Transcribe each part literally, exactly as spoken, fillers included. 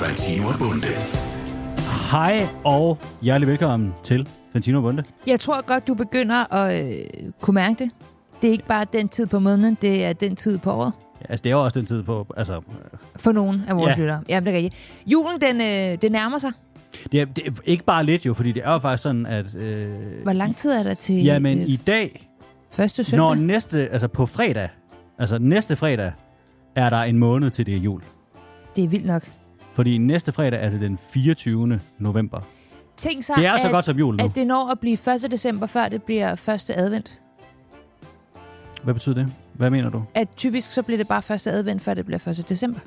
Fantino og Bunde. Hej og hjertelig velkommen til Fantino og Bunde. Jeg tror godt, du begynder at øh, kunne mærke det. Det er ikke bare den tid på måneden, det er den tid på året. Ja, altså, det er jo også den tid på... Altså, For nogen af vores ja. lyttere. Jamen, det er rigtigt. Julen, den, øh, det nærmer sig. det, er, det er ikke bare lidt jo, fordi det er jo faktisk sådan, at... Øh, Hvor lang tid er der til jamen, øh, i dag... første søndag? Når næste... Altså, på fredag... Altså, næste fredag er der en måned til det er jul. Det er vildt nok. Fordi næste fredag er det den fireogtyvende november. Tænk sig, Det er så at, godt som jul nu. at det når at blive første december, før det bliver første advent. Hvad betyder det? Hvad mener du? At typisk så bliver det bare første advent, før det bliver første december.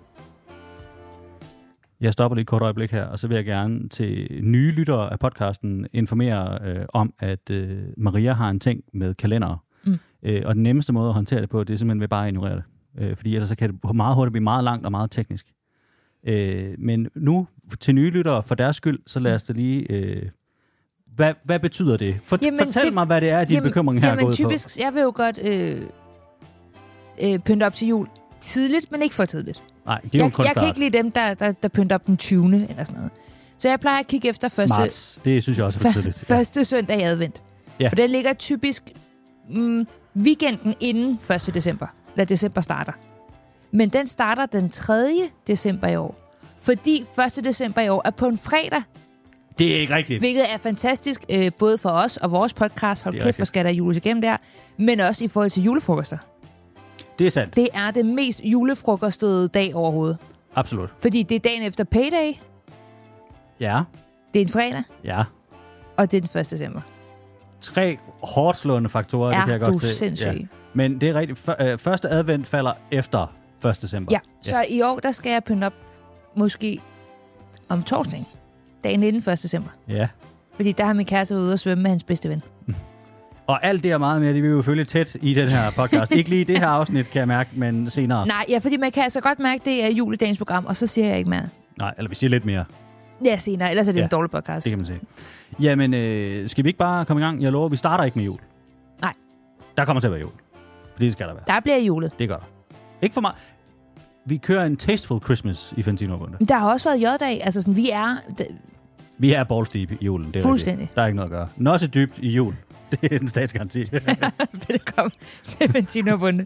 Jeg stopper lige et kort øjeblik her, og så vil jeg gerne til nye lyttere af podcasten informere øh, om, at øh, Maria har en ting med kalendere. Mm. Øh, og den nemmeste måde at håndtere det på, det er simpelthen ved bare at ignorere det. Øh, fordi ellers så kan det meget hurtigt blive meget langt og meget teknisk. Øh, men nu til nye lyttere, for deres skyld, så lad os da lige... Øh, hvad, hvad betyder det? For, Jamen, fortæl det, mig, hvad det er, din jamen, bekymring her jamen, er gået typisk, på. jeg vil jo godt øh, øh, pynte op til jul tidligt, men ikke for tidligt. Nej, det er jo Jeg, kun jeg kan start. ikke lide dem, der, der, der pynter op den tyvende eller sådan noget. Så jeg plejer at kigge efter første, Marts, det synes jeg også er for tidligt. Ja. første søndag i advent. Ja. For den ligger typisk mm, weekenden inden første december, eller december starter. Men den starter den tredje december i år. Fordi første december i år er på en fredag, Det er ikke rigtigt. hvilket er fantastisk, øh, både for os og vores podcast. Hold Det er kæft, rigtigt. hvor skal der jules igennem der. Men også i forhold til julefrokoster. Det er sandt. Det er det mest julefrokostede dag overhovedet. Absolut. Fordi det er dagen efter payday, Ja, det er en fredag, ja. og det er den første december. Tre hårdt slående faktorer, det Ja, kan jeg du godt er se. sindssyg. Ja. Men det er rigtigt. F- øh, første advent falder efter første december. Ja, så i år, der skal jeg pynte op måske om torsdagen, dagen inden første december. Ja. Fordi der har min kæreste været ude og svømme med hans bedste ven. Og alt det og meget mere, det vil vi jo følge tæt i den her podcast. Ikke lige det her afsnit, kan jeg mærke, men senere. Nej, ja, fordi man kan altså godt mærke, at det er jul i dagens program, og så siger jeg ikke mere. Nej, eller vi siger lidt mere. Ja, senere, ellers er det Ja, en dårlig podcast. Det kan man sige. Jamen, øh, skal vi ikke bare komme i gang? Jeg lover, vi starter ikke med jul. Nej. Der kommer til at være jul. Fordi det skal der være. Der bliver julet. Det gør der. Ikke for meget. Vi kører en tasteful Christmas i Fantino og Bunde. Der har også været J-dag, altså sådan, vi er... d- Vi er balls deep i julen. Det er Fuldstændig. rigtigt. Der er ikke noget at gøre. Nå så dybt i jul. Det er en statsgaranti. Velkommen til Fantino og Bunde.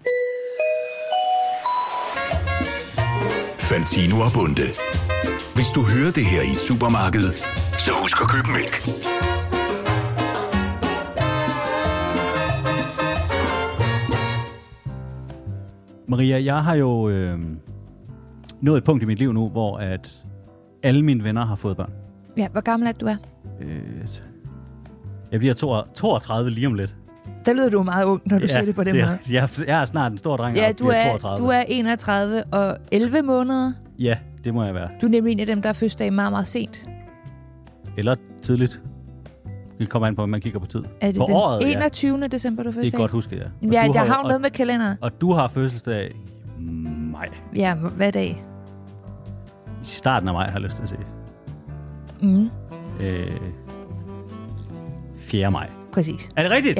Fantino og Bunde. Hvis du hører det her i et supermarked, så husk at købe mælk. Maria, jeg har jo øh, nået et punkt i mit liv nu, hvor at alle mine venner har fået børn. Ja, hvor gammel er du er? Øh, jeg bliver toogtredive lige om lidt. Der lyder du meget ung, når du ja, siger det på den det er, måde. Jeg, jeg er snart en stor dreng, Ja, og du bliver er, toogtredive. du er enogtredive og elleve måneder. Ja, det må jeg være. Du er nemlig en af dem, der er fødselsdag meget, meget sent. Eller tidligt. Det kommer an på, om man kigger på tid. Er det på den året, ja. enogtyvende december, du er Det er fødselsdag? godt husket, ja. Og Ja, du jeg har, har jo noget og, med kalender. og du har fødselsdag i maj. Ja, hvad dag? I starten af maj, har jeg lyst til at sige. Mm, Øh, fjerde maj. præcis. Er det rigtigt? Ja.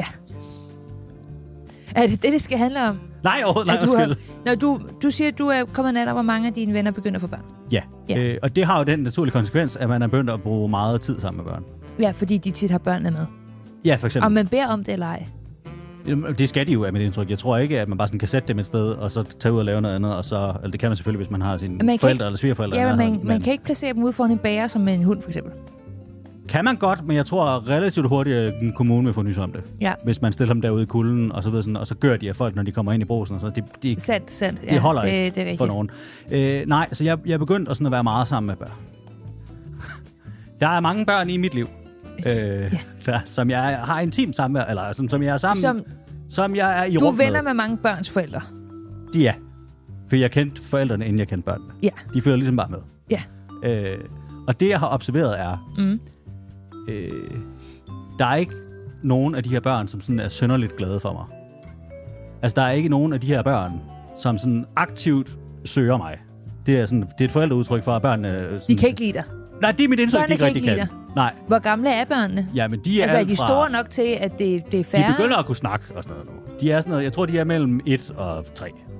Er det det, det skal handle om? Nej, overhovedet nej, At du, undskyld. har, når du, du siger, at du er kommet nat, hvor mange af dine venner begynder at få børn. Ja, Ja. Øh, og det har jo den naturlige konsekvens, at man er begyndt at bruge meget tid sammen med børn. Ja, fordi de tit har børnene med. Ja, for eksempel. Og man beder om det eller ej. Det skal de jo, af mit indtryk. Jeg tror ikke, at man bare sådan kan sætte dem et sted, og så tage ud og lave noget andet, og så... Eller det kan man selvfølgelig, hvis man har sine Man kan forældre ikke- eller svigerforældre. Ja, i men man, nærheden, man kan ikke placere dem ude foran en bager som med en hund, for eksempel. Kan man godt, men jeg tror relativt hurtigt, at en kommune vil få nys om det. Ja. Hvis man stiller dem derude i kulden, og så, ved sådan, og så gør de af folk, når de kommer ind i brusen, og så de, de, Sandt, sandt. de holder det, ikke det er rigtigt. for nogen. Øh, nej, så jeg, jeg er begyndt at, sådan at være meget sammen med børn. Der er mange børn i mit liv, øh, Ja. der, som jeg har intimt sammen med, eller som, som jeg er sammen Som, som jeg er i du rum er venner med. med mange børns forældre. De er. For jeg kendte forældrene, inden jeg kendte børnene. Ja. De følger ligesom bare med. Ja. Øh, og det, jeg har observeret, er, Mm. øh, der er ikke nogen af de her børn, som sådan er synderligt glade for mig. Altså, der er ikke nogen af de her børn, som sådan aktivt søger mig. Det er, sådan, det er et forældreudtryk for, at børnene... Sådan, De kan ikke lide dig. Nej, det er mit indtryk, de Børnene ikke kan rigtig ikke kan. lide Nej. Hvor gamle er børnene? Ja, men de er Altså, er alt de fra, store nok til, at det, det er De færre? begynder at kunne snakke og sådan noget nu. De er sådan noget, jeg tror, de er mellem et og tre.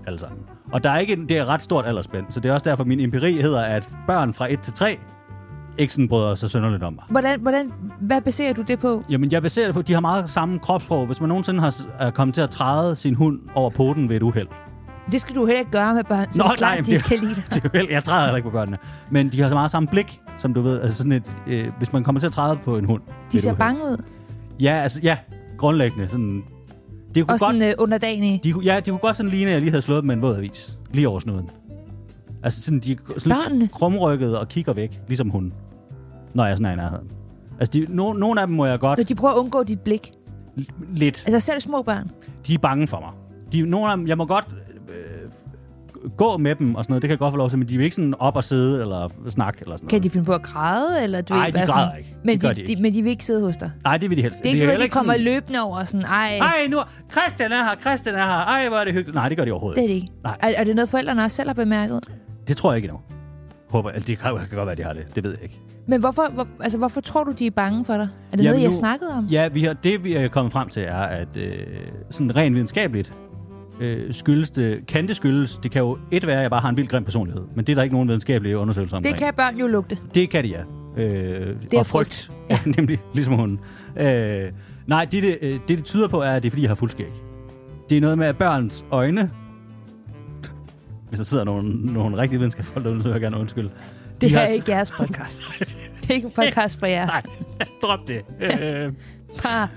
alle sammen. Og der er ikke, det er et ret stort aldersspænd, så det er også derfor, min empiri hedder, at børn fra et til tre ikke sådan bryder sig synderligt om mig. Hvordan, hvordan, hvad baserer du det på? Jamen, jeg baserer det på, at de har meget samme kropssprog. Hvis man nogensinde har er kommet til at træde sin hund over poten ved et uheld. Det skal du heller ikke gøre med børn, så Nå, det er klart, nej, de ikke kan lide dig. Det er vel, jeg træder heller ikke på børnene. Men de har så meget samme blik, som du ved. Altså sådan et, øh, hvis man kommer til at træde på en hund. De ser bange ud. Ja, altså, ja, grundlæggende. Sådan, de kunne og sådan godt, øh, underdanige. De, ja, de kunne godt sådan ligne, at jeg lige havde slået dem med en våd avis. Lige over snuden. Altså sådan, de er sådan krumrykkede og kigger væk, ligesom hunden. Når jeg sådan er i nærheden. Altså, de, no, nogle af dem må jeg godt... Så de prøver at undgå dit blik? L- lidt. Altså selv små børn? De er bange for mig. De, nogle af dem, jeg må godt øh, gå med dem og sådan noget. Det kan jeg godt få lov til, men de vil ikke sådan op og sidde eller snakke eller sådan noget. Kan de finde på at græde? Eller du Nej, ikke de græder sådan... ikke. Men de, de, de, de, men de vil ikke sidde hos dig? Nej, det vil de helst. Det er ikke sådan, at de ikke kommer sådan... løbende over sådan, ej... Ej, nu Christian er her, Christian er her. Ej, hvor er det hyggeligt. Nej, det gør de overhovedet det er det ikke. Nej. Er, er det noget, forældrene også selv har bemærket? Det tror jeg ikke endnu. Håber, altså, det kan, kan godt være, de har det. Det ved jeg ikke. Men hvorfor, hvor, altså, hvorfor tror du, de er bange for dig? Er det Jamen noget, I har nu, snakket om? Ja, vi har, det vi er kommet frem til er, at øh, sådan rent videnskabeligt øh, skyldes det, kan det skyldes, det kan jo et være, at jeg bare har en vild grim personlighed, men det er der ikke nogen videnskabelige undersøgelser omkring. Det kan børn jo lugte. Det kan de, ja. Øh, det er og frygt. Ja. Ja, nemlig, ligesom hunden. Øh, nej, det det, det det tyder på, er, at det er, fordi jeg har fuldskæg. Det er noget med, at børns øjne, hvis der sidder nogle, nogle rigtige videnskabsfolk derude, så vil jeg gerne undskylde. De det er har... ikke jeres podcast. Det er ikke en podcast for jer. Nej, drop det. Øh, Bare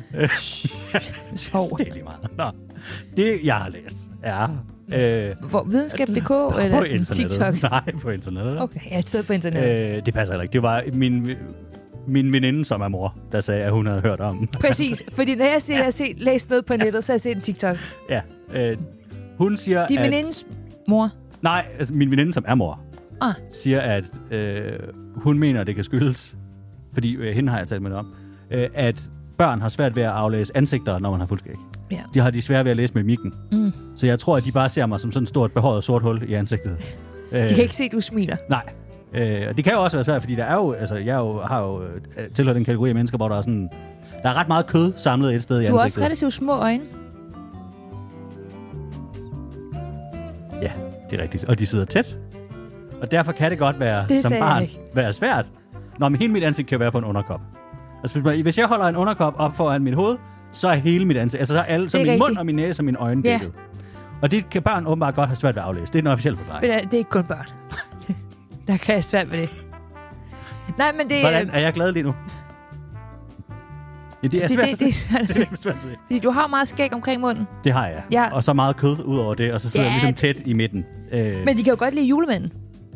sov. Det er lige meget. Nå. Det, jeg har læst, er... Øh, Hvor, videnskab punktum d k eller sådan TikTok? Nej, på internettet. Okay, jeg har taget på internettet. Øh, det passer heller ikke. Det var min, min veninde, som er mor, der sagde, at hun havde hørt om. Præcis, fordi når jeg siger, at jeg har set, læst noget på nettet, så har jeg set en TikTok. Ja. Øh, hun siger, Din at... venindes mor? Nej, altså min veninde, som er mor, ah. siger, at øh, hun mener, at det kan skyldes, fordi øh, hende har jeg talt med det om, øh, at børn har svært ved at aflæse ansigter, når man har fuldskæg. Ja. De har de svært ved at læse mimikken. Mm. Så jeg tror, at de bare ser mig som sådan et stort behåret sort hul i ansigtet. De kan ikke se, at du smiler. Nej. Øh, og det kan jo også være svært, fordi der er jo, altså, jeg jo, har jo tilhørt den kategori af mennesker, hvor der er sådan, der er ret meget kød samlet et sted i ansigtet. Du har også relativt små øjne. Ja, det er rigtigt. Og de sidder tæt. Og derfor kan det godt være det som barn ikke. være svært. Nå, men hele mit ansigt kan være på en underkop. Altså, hvis, man, hvis jeg holder en underkop op foran mit hoved, så er hele mit ansigt, altså så er, alle, så er min rigtigt. Mund og min næse og mine øjne dækket. Ja. Og det kan børn åbenbart godt have svært ved at aflæse. Det er en officiel forklaring. Det er, det er ikke kun børn. Der kan jeg svært ved det. Nej, men det... Hvordan er jeg glad lige nu? Ja, det er svært det, det, det er svært at se. Det er svært at se. Fordi du har meget skæg omkring munden. Det har jeg. Ja. Og så meget kød ud over det, og så sidder ja, jeg ligesom tæt i midten. Øh. Men de kan jo godt lide julemanden.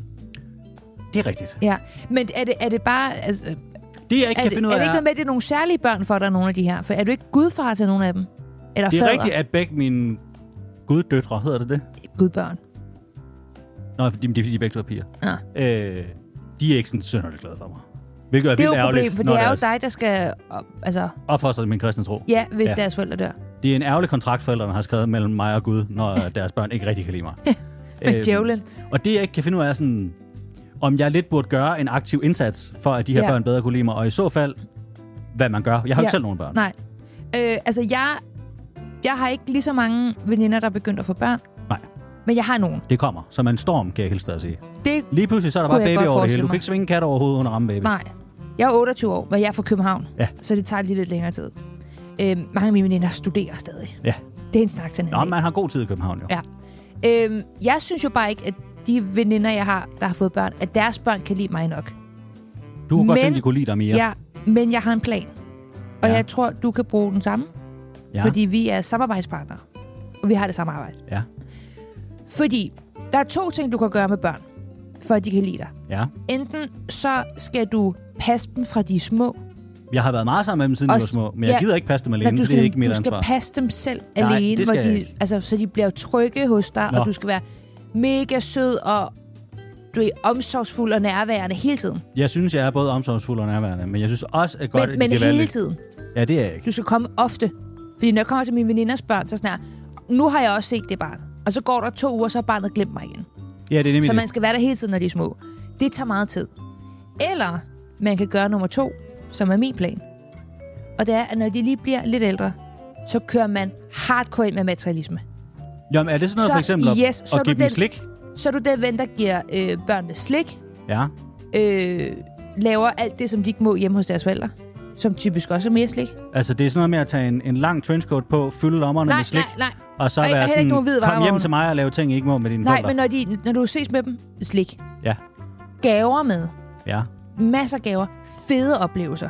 Det er rigtigt. Ja, men er det, er det bare... Altså, det jeg ikke kan det, finde ud af... Er det ikke noget med, at det er nogle særlige børn for dig, nogle af de her? For er du ikke gudfar til nogle af dem? Eller det er fader? rigtigt, at begge mine guddøtre, hedder det det? Gudbørn. Nå, fordi de, de begge to er piger. Ja. Øh, de er ikke sådan sønderligt glade for mig. Hvilket er det er vildt jo et problem, for det er deres... jo dig, der skal op, altså... opfostre min kristne tro. Ja, hvis ja. deres forældre dør. Det er en ærgerlig kontrakt, forældrene har skrevet mellem mig og Gud, når deres børn ikke rigtig kan lide mig. For djævlen. Og det, jeg ikke kan finde ud af, er sådan... om jeg lidt burde gøre en aktiv indsats, for at de her ja. børn bedre kunne lide mig, og i så fald, hvad man gør. Jeg har ja. ikke selv nogen børn. Nej. Øh, altså, jeg, jeg har ikke lige så mange veninder, der er begyndt at få børn. Nej. Men jeg har nogen. Det kommer. Som en storm, kan jeg hilse dig at sige. Det lige pludselig så er der bare baby over det hele. Du kan ikke svinge kat over hovedet under ramme baby. Nej. Jeg er otteogtyve år, men jeg er fra København. Ja. Så det tager lige lidt længere tid. Øh, mange af mine veninder studerer stadig. Ja. Det er en snak til en Nå, man har god tid i København jo. Ja. Øh, jeg synes jo bare ikke, at de veninder, jeg har, der har fået børn, at deres børn kan lide mig nok. Du kunne godt tænke, de kunne lide dig mere. Ja, men jeg har en plan. Og ja. jeg tror, du kan bruge den samme. Ja. Fordi vi er samarbejdspartnere. Og vi har det samme arbejde. Ja. Fordi der er to ting, du kan gøre med børn, for at de kan lide dig. Ja. Enten så skal du passe dem fra de små. Jeg har været meget sammen med dem, siden de var små. Men ja, jeg gider ikke passe dem alene, nej, for det er ikke mit ansvar. ansvar. Du skal passe dem selv nej, alene. Hvor de, altså, så de bliver trygge hos dig, Nå. Og du skal være mega sød og du er omsorgsfuld og nærværende hele tiden. Jeg synes, jeg er både omsorgsfuld og nærværende, men jeg synes også, at godt, men, at men de kan hele være lidt... tiden. Ja, det er jeg ikke. Du skal komme ofte. Fordi når jeg kommer til mine veninders børn, så sådan her, nu har jeg også set det barn. Og så går der to uger, så har barnet glemt mig igen. Ja, det er nemlig så det. man skal være der hele tiden, når de er små. Det tager meget tid. Eller man kan gøre nummer to, som er min plan. Og det er, at når de lige bliver lidt ældre, så kører man hardcore ind med materialisme. Jamen, er det sådan noget så, for eksempel at, yes, at give dem den, slik? Så er du den ven, der giver øh, børnene slik. Ja. Øh, laver alt det, som de ikke må hjemme hos deres forældre. Som typisk også er mere slik. Altså, det er sådan noget med at tage en, en lang trenchcoat på, fylde lommerne nej, med slik. Nej, nej, og så og være sådan, kom hjem varevogn. til mig og lave ting, I ikke må med dine Nej, forældre. men når, de, når du ses med dem, slik. Ja. Gaver med. Ja. Masser af gaver. Fede oplevelser.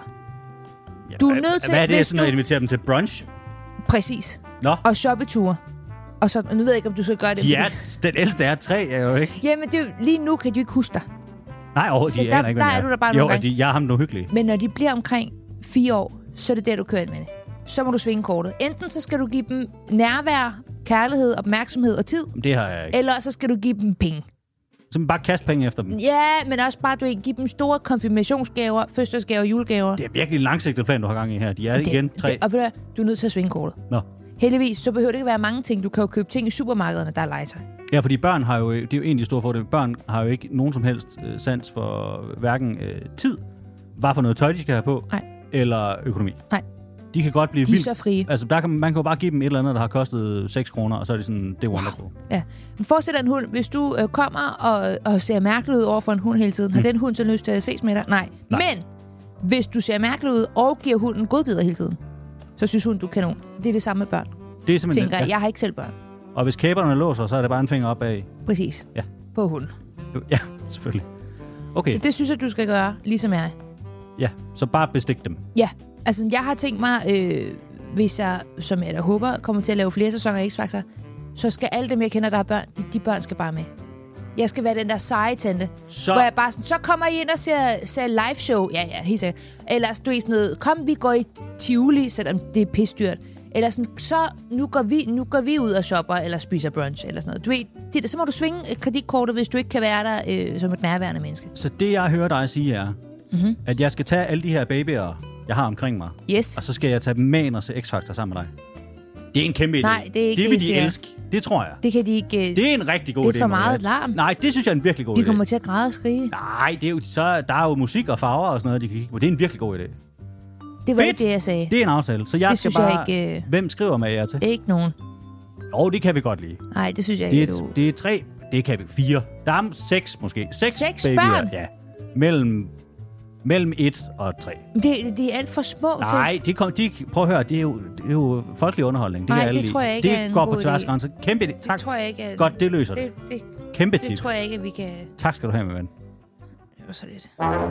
Ja, du er hvad, nødt til... Hvad er det, hvis sådan at invitere dem til brunch? Præcis. Nå. Og shoppeture. Og så, nu ved jeg ikke, om du så gør det. De er, den ældste er tre, er jo ikke? Jamen, det er, jo- lige nu kan de jo ikke huske dig. Nej, overhovedet, de der- aner ikke, der hvem er jeg du da bare Jo, nogle og de, jeg er ham nu hyggelig. Men når de bliver omkring fire år, så er det der, du kører ind med det. Så må du svinge kortet. Enten så skal du give dem nærvær, kærlighed, opmærksomhed og tid. Det har jeg ikke. Eller så skal du give dem penge. Så bare kaste penge efter dem. Ja, men også bare, du ikke give dem store konfirmationsgaver, fødselsdagsgaver, julegaver. Det er virkelig en langsigtet plan, du har gang i her. De er det, igen tre. Det, og ved du, du er nødt til at svinge kortet. Nå. Heldigvis, så behøver det ikke være mange ting. Du kan jo købe ting i supermarkederne, der er legetøj. Ja, fordi børn har jo, det er jo egentlig store fordel. Børn har jo ikke nogen som helst øh, sans for hverken øh, tid, hvad for noget tøj, de skal have på, Nej. eller økonomi. Nej. De kan godt blive De er vildt. så frie. Altså, der kan, man kan jo bare give dem et eller andet, der har kostet seks kroner, og så er det sådan, det er wonderful. Ja. Men forestil dig en hund, hvis du øh, kommer og, og ser mærkelig ud over for en hund hele tiden. Har Mm. den hund så lyst til at ses med dig? Nej. Nej. Men hvis du ser mærkelig ud og giver hunden godbidder hele tiden, så synes hun, du er kanon. Det er det samme med børn. Det er simpelthen, Tænker jeg. Jeg har ikke selv børn. Og hvis kæberne låser, så er det bare en finger op bag. Præcis. Ja. På hunden. Ja, selvfølgelig. Okay, Så det synes jeg, du skal gøre, ligesom jeg. ja, så bare bestik dem. Ja. Altså, jeg har tænkt mig, øh, hvis jeg, som jeg da håber, kommer til at lave flere sæsoner af X-Factor, så skal alle dem, jeg kender, der har børn, de, de børn skal bare med. Jeg skal være den der seje tante, Så- hvor jeg bare sådan, så kommer I ind og ser, ser live show. Ja, ja, helt sikkert. Eller du ved sådan noget, kom, vi går i Tivoli, selvom det er pisdyrt. Eller sådan, så nu går, vi, nu går vi ud og shopper, eller spiser brunch, eller sådan noget. Du ved, det, så må du svinge kreditkortet, hvis du ikke kan være der øh, som et nærværende menneske. Så det, jeg hører dig sige, er, mm-hmm. at jeg skal tage alle de her babyer, jeg har omkring mig, Yes. og så skal jeg tage dem med ind og se X-Factor sammen med dig. Det er en kæmpe idé. Nej, det er ikke det det, vil jeg de siger. elske. Det tror jeg. Det kan de ikke... Øh, Det er en rigtig god idé. det er for meget Maria. larm. Nej, det synes jeg er en virkelig god de idé. kommer til at græde og skrige. Nej, det er jo, så, der er jo musik og farver og sådan noget, de kan kigge på. Det er en virkelig god idé. Det var Fedt. ikke det, jeg sagde. Det er en aftale. Så jeg Det skal synes jeg bare... ikke, øh, Hvem skriver med jer til? Ikke nogen. Jo, det kan vi godt lide. Nej, det synes jeg Det ikke. er, du... det er tre... Det kan vi... Fire. Der er seks måske. Seks, Seks babyer. børn? Ja. Mellem, mellem et og tre. Det, det er alt for små til. Nej, de kom, de, prøv at høre, det er jo, det er jo folkelig underholdning. Det Nej, kan alle det lide. tror jeg ikke det er en går god på tværs idé. grænser. Kæmpe idé. Tak. Det tror jeg ikke. At... Godt, det løser det. Det, det, Kæmpe det tip. tror jeg ikke, at vi kan... Tak skal du have, min ven. Det var så lidt.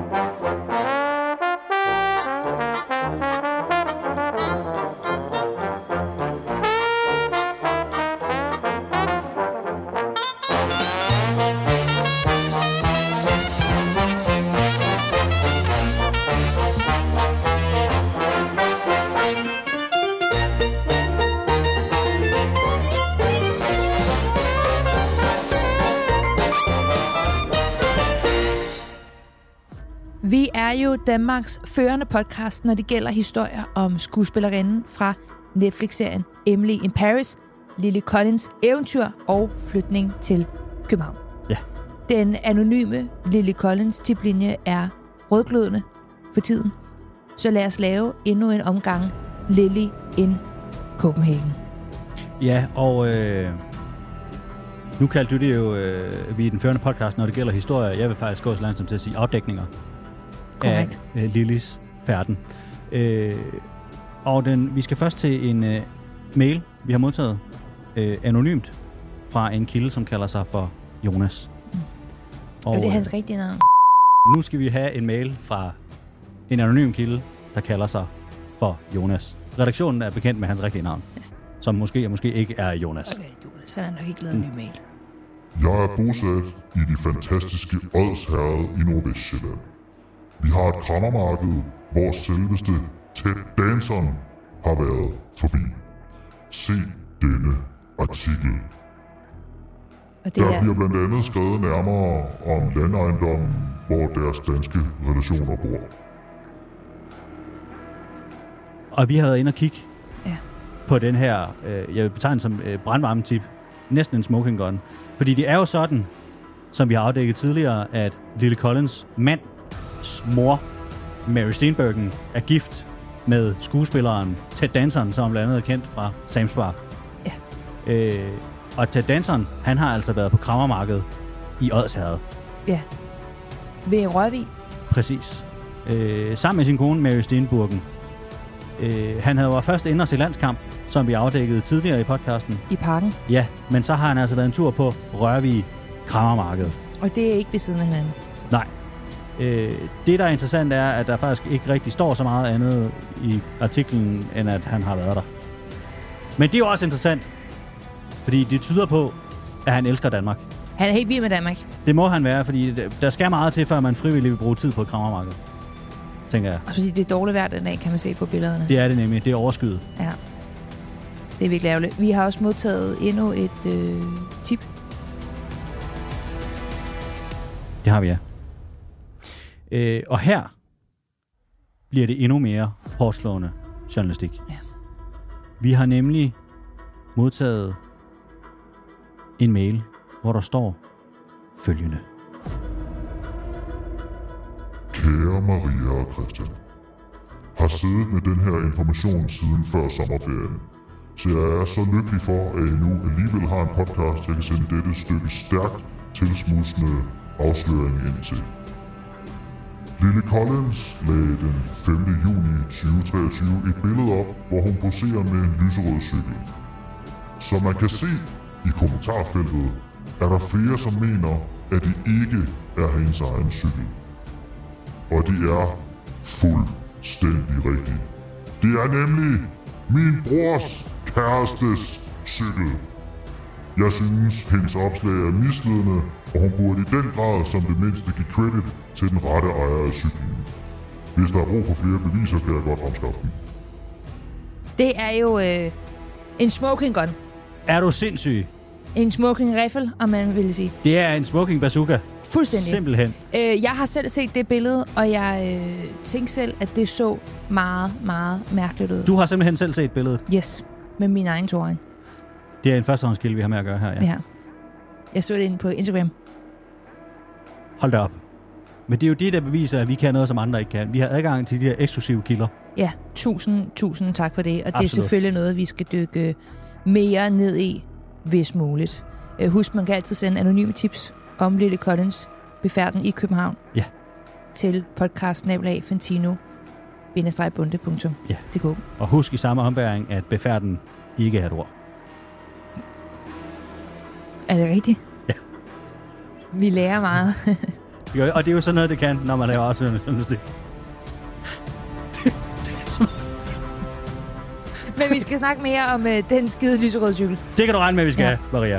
Vi er jo Danmarks førende podcast, når det gælder historier om skuespillerinden fra Netflix-serien Emily in Paris, Lily Collins eventyr og flytning til København. Ja. Den anonyme Lily Collins tiplinje er rødglødende for tiden. Så lad os lave endnu en omgang Lily in Copenhagen. Ja, og øh, nu kaldte du det jo, øh, vi er den førende podcast, når det gælder historier. Jeg vil faktisk gå så langt som til at sige afdækninger Korrekt. af øh, Lillys færden. Øh, og den, vi skal først til en øh, mail, vi har modtaget øh, anonymt fra en kilde, som kalder sig for Jonas. Mm. Og, Og det er hans rigtige navn. nu skal vi have en mail fra en anonym kilde, der kalder sig for Jonas. Redaktionen er bekendt med hans rigtige navn, som måske og måske ikke er Jonas. Okay, Jonas, så er han nok ikke lavet en ny mail. Jeg er bosat i det fantastiske Odsherred i Nordvestjylland. Vi har et krammermarked, hvor selveste Ted Danson har været forbi. Se denne artikel. Og det Der er... bliver blandt andet skrevet nærmere om landejendommen, hvor deres danske relationer bor. Og vi har været inde og kigge Ja. på den her, øh, jeg vil betegne som øh, brandvarmetip, næsten en smoking gun. Fordi det er jo sådan, som vi har afdækket tidligere, at Lily Collins mands mor, Mary Steenburgen, er gift med skuespilleren Ted Danson, som blandt andet er kendt fra Sam's Bar. Ja. Øh, Og Ted Danson, han har altså været på krammermarkedet i Odsherred. Ja. Ved Rørvig. Præcis. Øh, sammen med sin kone, Mary Stenburgen. Øh, han havde været først inde og se landskamp, som vi afdækkede tidligere i podcasten. I parken. Ja, men så har han altså været en tur på Rørvig krammermarkedet. Og det er ikke ved siden af hinanden. Nej. Øh, det, der er interessant, er, at der faktisk ikke rigtig står så meget andet i artiklen, end at han har været der. Men det er jo også interessant, fordi det tyder på, at han elsker Danmark. Han er helt vild med Danmark. Det må han være, fordi der skal meget til, før man frivilligt vil bruge tid på et krammermarked, tænker jeg. Og fordi det er dårligt vejr den dag, kan man se på billederne. Det er det nemlig. Det er overskyet. Ja. Det er virkelig ærgerligt. Vi har også modtaget endnu et øh, tip. Det har vi, ja. Øh, og her bliver det endnu mere hårdslående journalistik. Ja. Vi har nemlig modtaget en mail, hvor der står følgende. Kære Maria og Christian, har siddet med den her information siden før sommerferien, så jeg er så lykkelig for, at I nu alligevel har en podcast, jeg kan sende dette stykke stærkt tilsmudsende afsløring ind til. Lille Collins lagde den femte juni tyve treogtyve et billede op, hvor hun poserer med en lyserød cykel. Som man kan se i kommentarfeltet, er der flere, som mener, at det ikke er hendes egen cykel. Og det er fuldstændig rigtigt. Det er nemlig min brors kærestes cykel. Jeg synes, hendes opslag er misledende, og hun burde i den grad som det mindste give credit til den rette ejer af cyklen. Hvis der er brug for flere beviser, kan jeg godt fremskaffe dem. Det er jo øh, en smoking gun. Er du sindssyg? En smoking rifle, om man vil sige. Det er en smoking bazooka. Fuldstændig. Simpelthen. Øh, jeg har selv set det billede, og jeg øh, tænkte selv, at det så meget, meget mærkeligt ud. Du har simpelthen selv set billedet? Yes, med min egen toåring. Det er en førstehåndskilde, vi har med at gøre her, ja. Ja. Jeg så det inde på Instagram. Hold da op. Men det er jo det, der beviser, at vi kan noget, som andre ikke kan. Vi har adgang til de her eksklusive kilder. Ja, tusind, tusind tak for det. Og det Absolut. er selvfølgelig noget, vi skal dykke mere ned i, hvis muligt. Husk, man kan altid sende anonyme tips om Lille Collins befærden i København. Ja. Til podcast snabel-a fantino bindestreg bunde punktum d k. Og husk i samme ombæring, at befærden ikke er et ord. Er det rigtigt? Ja. Vi lærer meget. Jo, og det er jo sådan noget, det kan, når man laver også journalistik. Men vi skal snakke mere om øh, den skide lyserøde cykel. Det kan du regne med, vi skal Ja. have, Maria.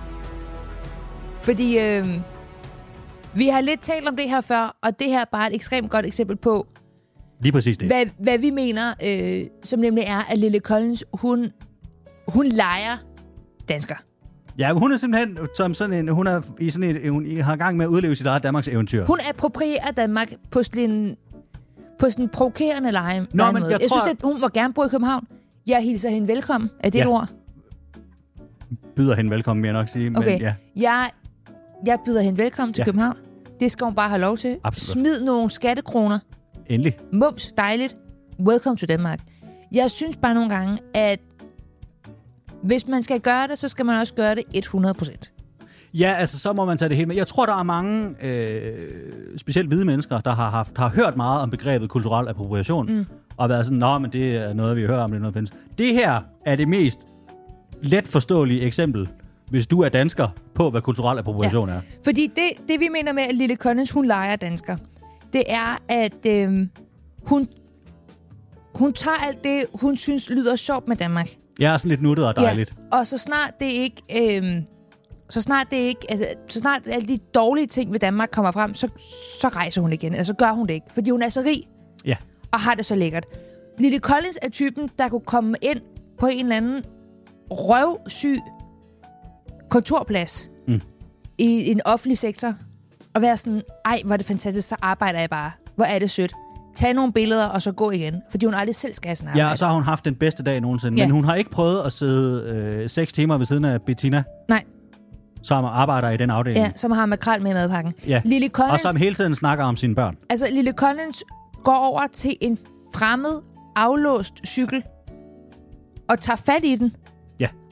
Fordi øh, vi har lidt talt om det her før, og det her er bare et ekstremt godt eksempel på, Lige præcis det. hvad, hvad vi mener, øh, som nemlig er, at Lille Collins, hun, hun leger dansker. Ja, men hun er simpelthen som sådan en, hun er i sådan en, hun har gang med at udleve sit eget Danmarks eventyr. Hun approprierer Danmark på sådan en, på sådan en provokerende lege. Nå, legemåde. men jeg jeg tror- synes, at hun må gerne bo i København. Jeg hilser hende velkommen. Er det Ja. et ord? Byder hende velkommen, vil jeg nok sige. Okay. Men ja, Jeg, jeg byder hende velkommen til Ja. København. Det skal hun bare have lov til. Absolut. Smid nogle skattekroner. endelig. Mums, dejligt. Welcome to Denmark. Jeg synes bare nogle gange, at hvis man skal gøre det, så skal man også gøre det hundrede procent. Ja, altså så må man tage det helt med. Jeg tror, der er mange, øh, specielt hvide mennesker, der har, haft, har hørt meget om begrebet kulturel appropriation, mm. og været sådan, nå, men det er noget, vi hører om, det er noget, der findes. Det her er det mest let forståelige eksempel, hvis du er dansker, på hvad kulturel appropriation ja. er. Fordi det, det, vi mener med, at Lille Collins, hun leger dansker, det er, at øh, hun, hun tager alt det, hun synes lyder sjovt med Danmark. Jeg er sådan lidt nuttet og dejligt. Ja, og så snart det ikke... Øh, så snart det ikke... Altså, så snart alle de dårlige ting ved Danmark kommer frem, så, så rejser hun igen. Altså, gør hun det ikke. Fordi hun er så rig. Ja. Og har det så lækkert. Lille Collins er typen, der kunne komme ind på en eller anden røvsyg kontorplads mm. i en offentlig sektor, og være sådan, ej, hvor er det fantastisk, så arbejder jeg bare. Hvor er det sødt. Tag nogle billeder, og så gå igen. Fordi hun aldrig selv skal have sådan arbejde. Ja, og så har hun haft den bedste dag nogensinde. Ja. Men hun har ikke prøvet at sidde øh, seks timer ved siden af Bettina, Nej, som arbejder i den afdeling. ja, som har makrel med i madpakken. Ja. Lille Og Collins, som hele tiden snakker om sine børn. altså, Lille Collins går over til en fremmed, aflåst cykel, og tager fat i den, Ja.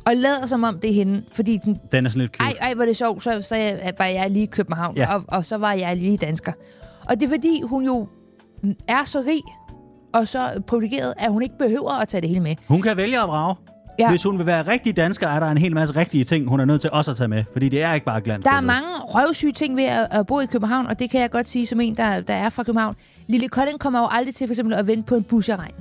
Og lader som om det er hende, fordi den... Den er sådan lidt cute. Ej, ej, hvor det sjovt, så, så jeg, var jeg lige i København, Ja. og, og så var jeg lige dansker. Og det er fordi, hun jo er så rig, og så privilegeret, at hun ikke behøver at tage det hele med. Hun kan vælge at vrage. Ja. Hvis hun vil være rigtig dansker, er der en hel masse rigtige ting, hun er nødt til også at tage med. Fordi det er ikke bare glans. Der er mange røvsyge ting ved at, at bo i København, og det kan jeg godt sige som en, der, der er fra København. Lille Kolding kommer jo aldrig til for eksempel at vente på en bus i regn.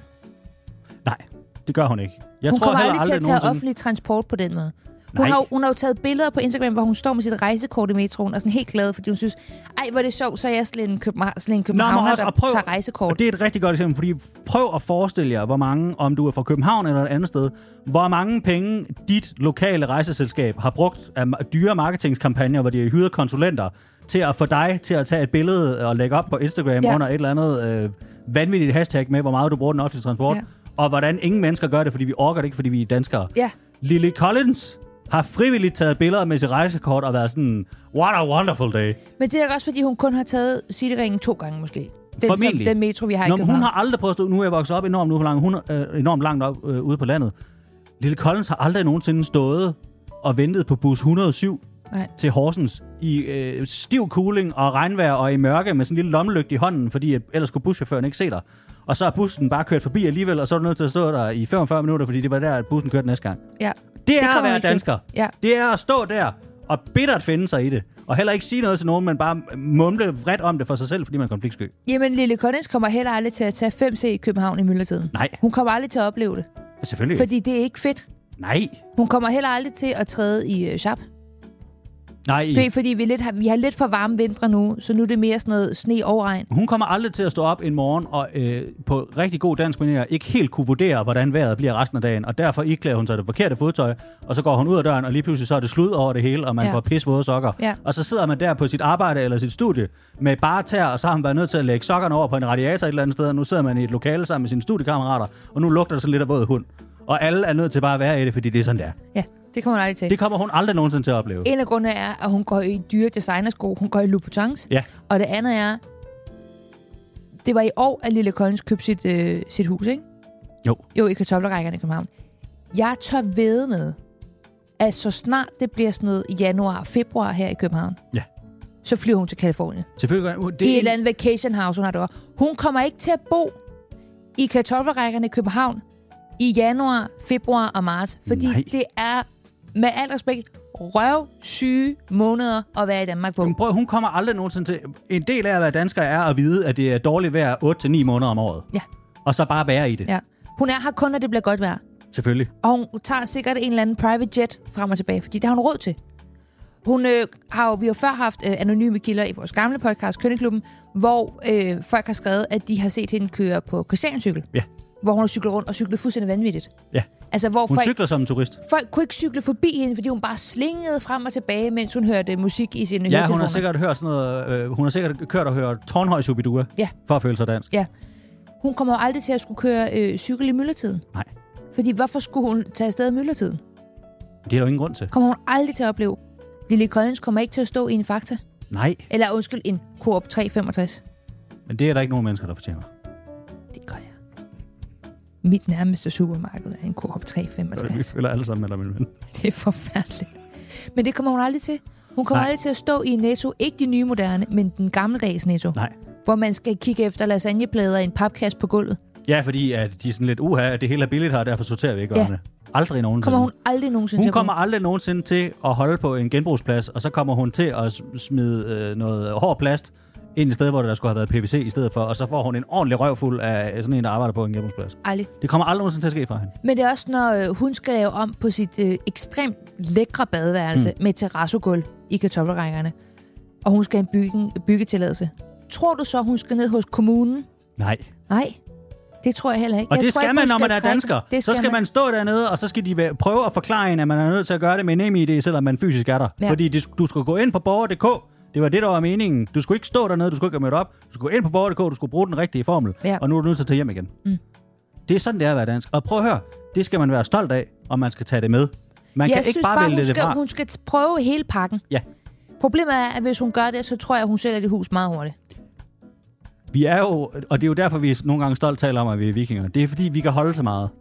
Nej, det gør hun ikke. Jeg Hun tror kommer heller aldrig til at tage nogensinde... offentlig transport på den måde. Hun Nej. har, hun har jo taget billeder på Instagram, hvor hun står med sit rejsekort i metroen, og sådan helt glad, fordi hun synes, ej, hvor er det sjovt, så er jeg sådan en, København, sådan en københavner, også, der prøv, tager rejsekort. Og det er et rigtig godt eksempel, fordi prøv at forestille jer, hvor mange, om du er fra København eller et andet sted, hvor mange penge dit lokale rejseselskab har brugt af dyre marketingskampagner, hvor de har hyret konsulenter til at få dig til at tage et billede og lægge op på Instagram Ja. under et eller andet øh, vanvittigt hashtag med, hvor meget du bruger den offentlige transport, Ja. og hvordan ingen mennesker gør det, fordi vi orker det ikke, fordi vi er danskere. Ja. Lily Collins har frivilligt taget billeder med sit rejsekort og været sådan, what a wonderful day. Men det er også, fordi hun kun har taget Cityringen to gange måske. Den, Formentlig. Som, den metro, vi har i Nå, men København. hun har aldrig prøvet at stå, nu er jeg vokset op enormt, ude på lang, hun, øh, enormt langt op øh, ude på landet. Lille Collins har aldrig nogensinde stået og ventet på bus et hundrede og syv Nej. til Horsens i øh, stiv cooling og regnvejr og i mørke med sådan en lille lommelygte i hånden, fordi at, ellers skulle buschaufføren ikke se dig. Og så er bussen bare kørt forbi alligevel, og så er du nødt til at stå der i femogfyrre minutter, fordi det var der, at bussen kørte næste gang. Ja. Det er kommer at hun være ikke til. dansker. Ja. Det er at stå der og bittert finde sig i det. Og heller ikke sige noget til nogen, men bare mumle vredt om det for sig selv, fordi man er konfliktsky. Jamen, Lille Collins kommer heller aldrig til at tage fem C i København i myldretiden. Nej. Hun kommer aldrig til at opleve det, Selvfølgelig. fordi det er ikke fedt. Nej. Hun kommer heller aldrig til at træde i øh, Sharp. Nej. Det er fordi, vi, lidt har, vi har lidt for varme vintre nu, så nu er det mere sådan noget sne og regn. Hun kommer aldrig til at stå op en morgen og øh, på rigtig god dansk manér ikke helt kunne vurdere, hvordan vejret bliver resten af dagen, og derfor iklæder hun sig det forkerte fodtøj, og så går hun ud af døren, og lige pludselig så er det slud over det hele, og man Ja. får pisvåde sokker. Ja. Og så sidder man der på sit arbejde eller sit studie med bare tær, og så har man været nødt til at lægge sokkerne over på en radiator et eller andet sted, og nu sidder man i et lokale sammen med sine studiekammerater, og nu lugter det sådan lidt af våd hund. Og alle er nødt til bare at være i det, fordi det er sådan, der. Ja, det kommer hun aldrig til. Det kommer hun aldrig nogensinde til at opleve. En af grundene er, at hun går i dyre designersko. Hun går i Louboutins. Ja. Og det andet er, det var i år, at Lille Collins købte sit, øh, sit hus, ikke? Jo. Jo, i kartoffelrækkerne i København. Jeg tør vædde med, at så snart det bliver sådan noget i januar, februar her i København, Ja. så flyver hun til Kalifornien. Selvfølgelig. Det I er et eller andet vacation house, hun har derovre. Hun kommer ikke til at bo i kartoffelrækkerne i København i januar, februar og marts, fordi Nej. det er, med al respekt, røvsyge måneder at være i Danmark på. Men prøv, hun kommer aldrig nogensinde til... En del af at være dansker er at vide, at det er dårligt vejr otte til ni måneder om året. Ja. Og så bare være i det. Ja. Hun er her kun, når det bliver godt vejr. Selvfølgelig. Og hun tager sikkert en eller anden private jet frem og tilbage, fordi det har hun råd til. Hun øh, har jo, vi har før haft øh, anonyme kilder i vores gamle podcast, Kønneklubben, hvor øh, folk har skrevet, at de har set hende køre på Christianscykel. Ja. Hvor hun har cyklet rundt og cyklet fuldstændig vanvittigt. Ja. Altså, hvor Hun folk, cykler som en turist. folk kunne ikke cykle forbi hende, fordi hun bare slingede frem og tilbage, mens hun hørte musik i sine Ja, hun høretelefoner. har sikkert hørt sådan noget... Øh, hun har sikkert kørt og hørt Tornhøj Shubidua. Ja. For at føle sig dansk. Ja. Hun kommer jo aldrig til at skulle køre øh, cykel i myldretiden. Nej. Fordi hvorfor skulle hun tage afsted i myldretiden? Det er der jo ingen grund til. Kommer hun aldrig til at opleve. Lille Collins kommer ikke til at stå i en Fakta. Nej. Eller undskyld, en Coop tre femogtres. Men det er der ikke nogen mennesker, der fortjener. Det gør jeg. Mit nærmeste supermarked er en Coop tre Vi femogtres. føler alle sammen med dig, min ven. Det er forfærdeligt. Men det kommer hun aldrig til. Hun kommer Nej. aldrig til at stå i en Netto. Ikke de nye moderne, men den gammeldags Netto. Nej. Hvor man skal kigge efter lasagneplader i en papkasse på gulvet. Ja, fordi at de er sådan lidt uha, at det hele er billigt her, og derfor sorterer vi ikke Ja. varerne. Aldrig nogensinde. Kommer hun aldrig nogensinde Hun til at kommer bruge. aldrig nogensinde til at holde på en genbrugsplads, og så kommer hun til at smide øh, noget hård plast ind i stedet, hvor der skulle have været P V C i stedet for, og så får hun en ordentlig røvfuld af sådan en, der arbejder på en genbrugsplads. Aldrig. Det kommer aldrig nogensinde til at ske fra hende. Men det er også, når øh, hun skal lave om på sit øh, ekstremt lækre badeværelse mm. med terrassogulv i kartoffelrækkerne, og hun skal have en bygge, byggetilladelse. Tror du så, hun skal ned hos kommunen? Nej. Nej, det tror jeg heller ikke. Og jeg det tror skal ikke, man, hun når man skal er trække- dansker. Det Så skal man stå dernede, og så skal de væ- prøve at forklare en, at man er nødt til at gøre det med en NemID, selvom man fysisk er der. Ja. Fordi det, du skulle gå ind på borger punktum d k. Det var det, der var meningen. Du skulle ikke stå dernede, du skulle ikke have mødt op. Du skulle gå ind på borger punktum d k, du skulle bruge den rigtige formel. Ja. Og nu er du nødt til at tage hjem igen. Mm. Det er sådan, det er at være dansk. Og prøv at høre, det skal man være stolt af, og man skal tage det med. Man Jeg kan ikke synes bare, bare, vælge hun det skal, fra. hun skal t- prøve hele pakken. Ja. Problemet er, at hvis hun gør det, så tror jeg, at hun sælger det hus meget hurtigt. Vi er jo, og det er jo derfor, vi nogle gange stolt taler om, at vi er vikinger. Det er fordi, vi kan holde så meget.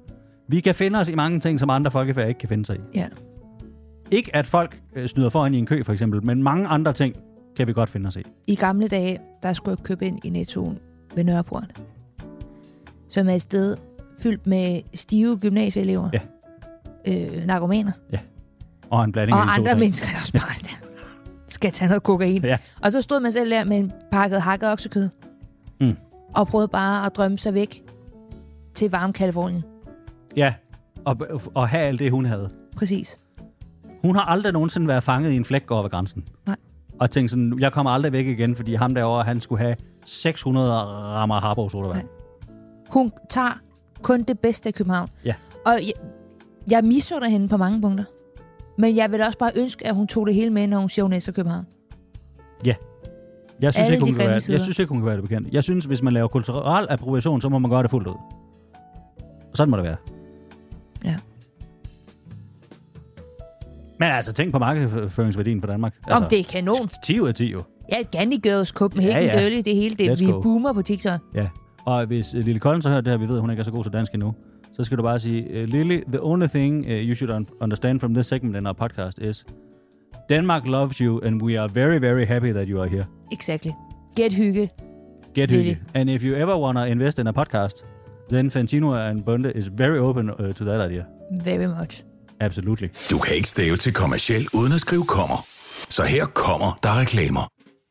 Vi kan finde os i mange ting, som andre folkefærd ikke kan finde sig i. Ja. Ikke at folk øh, snyder foran i en kø, for eksempel, men mange andre ting kan vi godt finde os i. I gamle dage, der skulle jeg købe ind i Nettoen ved Nørreport, som er et sted fyldt med stive gymnasieelever, ja. øh, narkomaner, ja. og en blanding og af de to andre ting. mennesker, der også bare der skal tage noget kokain. Ja. Og så stod man selv der med en pakket hakket oksekød, mm. og prøvede bare at drømme sig væk til varme Kalifornien. Ja, og, og have alt det, hun havde. Præcis. Hun har aldrig nogensinde været fanget i en flækgård ved grænsen. Nej. Og tænkt sådan, jeg kommer aldrig væk igen, fordi ham derovre, han skulle have seks hundrede rammer Harbo sodavand. Hun tager kun det bedste af København. Ja. Og jeg, jeg misunder hende på mange punkter. Men jeg vil også bare ønske, at hun tog det hele med, når hun siger, hun elsker København. Ja. Jeg synes, Alle ikke, hun de kan være, grimme jeg synes ikke, hun kan være det bekendt. Jeg synes, hvis man laver kulturel appropriation, så må man gøre det fuldt ud. Sådan må det være. Ja. Men altså, tænk på markedsføringsværdien for Danmark. Altså, Om det er kanon. ti ud af ti jo. Ja, Gandy Girls, Copenhagen Ja, ja. Girlie, det hele det. Let's Vi go. boomer på TikTok. Ja. Og hvis uh, Lille Collins har hørt det her, vi ved, at hun ikke er så god til dansk endnu, så skal du bare sige, uh, Lily, the only thing uh, you should un- understand from this segment in our podcast is, Denmark loves you, and we are very, very happy that you are here. Exactly. Get hygge. Get Lily. hygge. And if you ever want to invest in a podcast, then Fantino and Bonde is very open uh, to that idea. Very much. Absolutely. Du kan ikke stave til kommerciel uden at skrive kommer. Så her kommer der reklamer.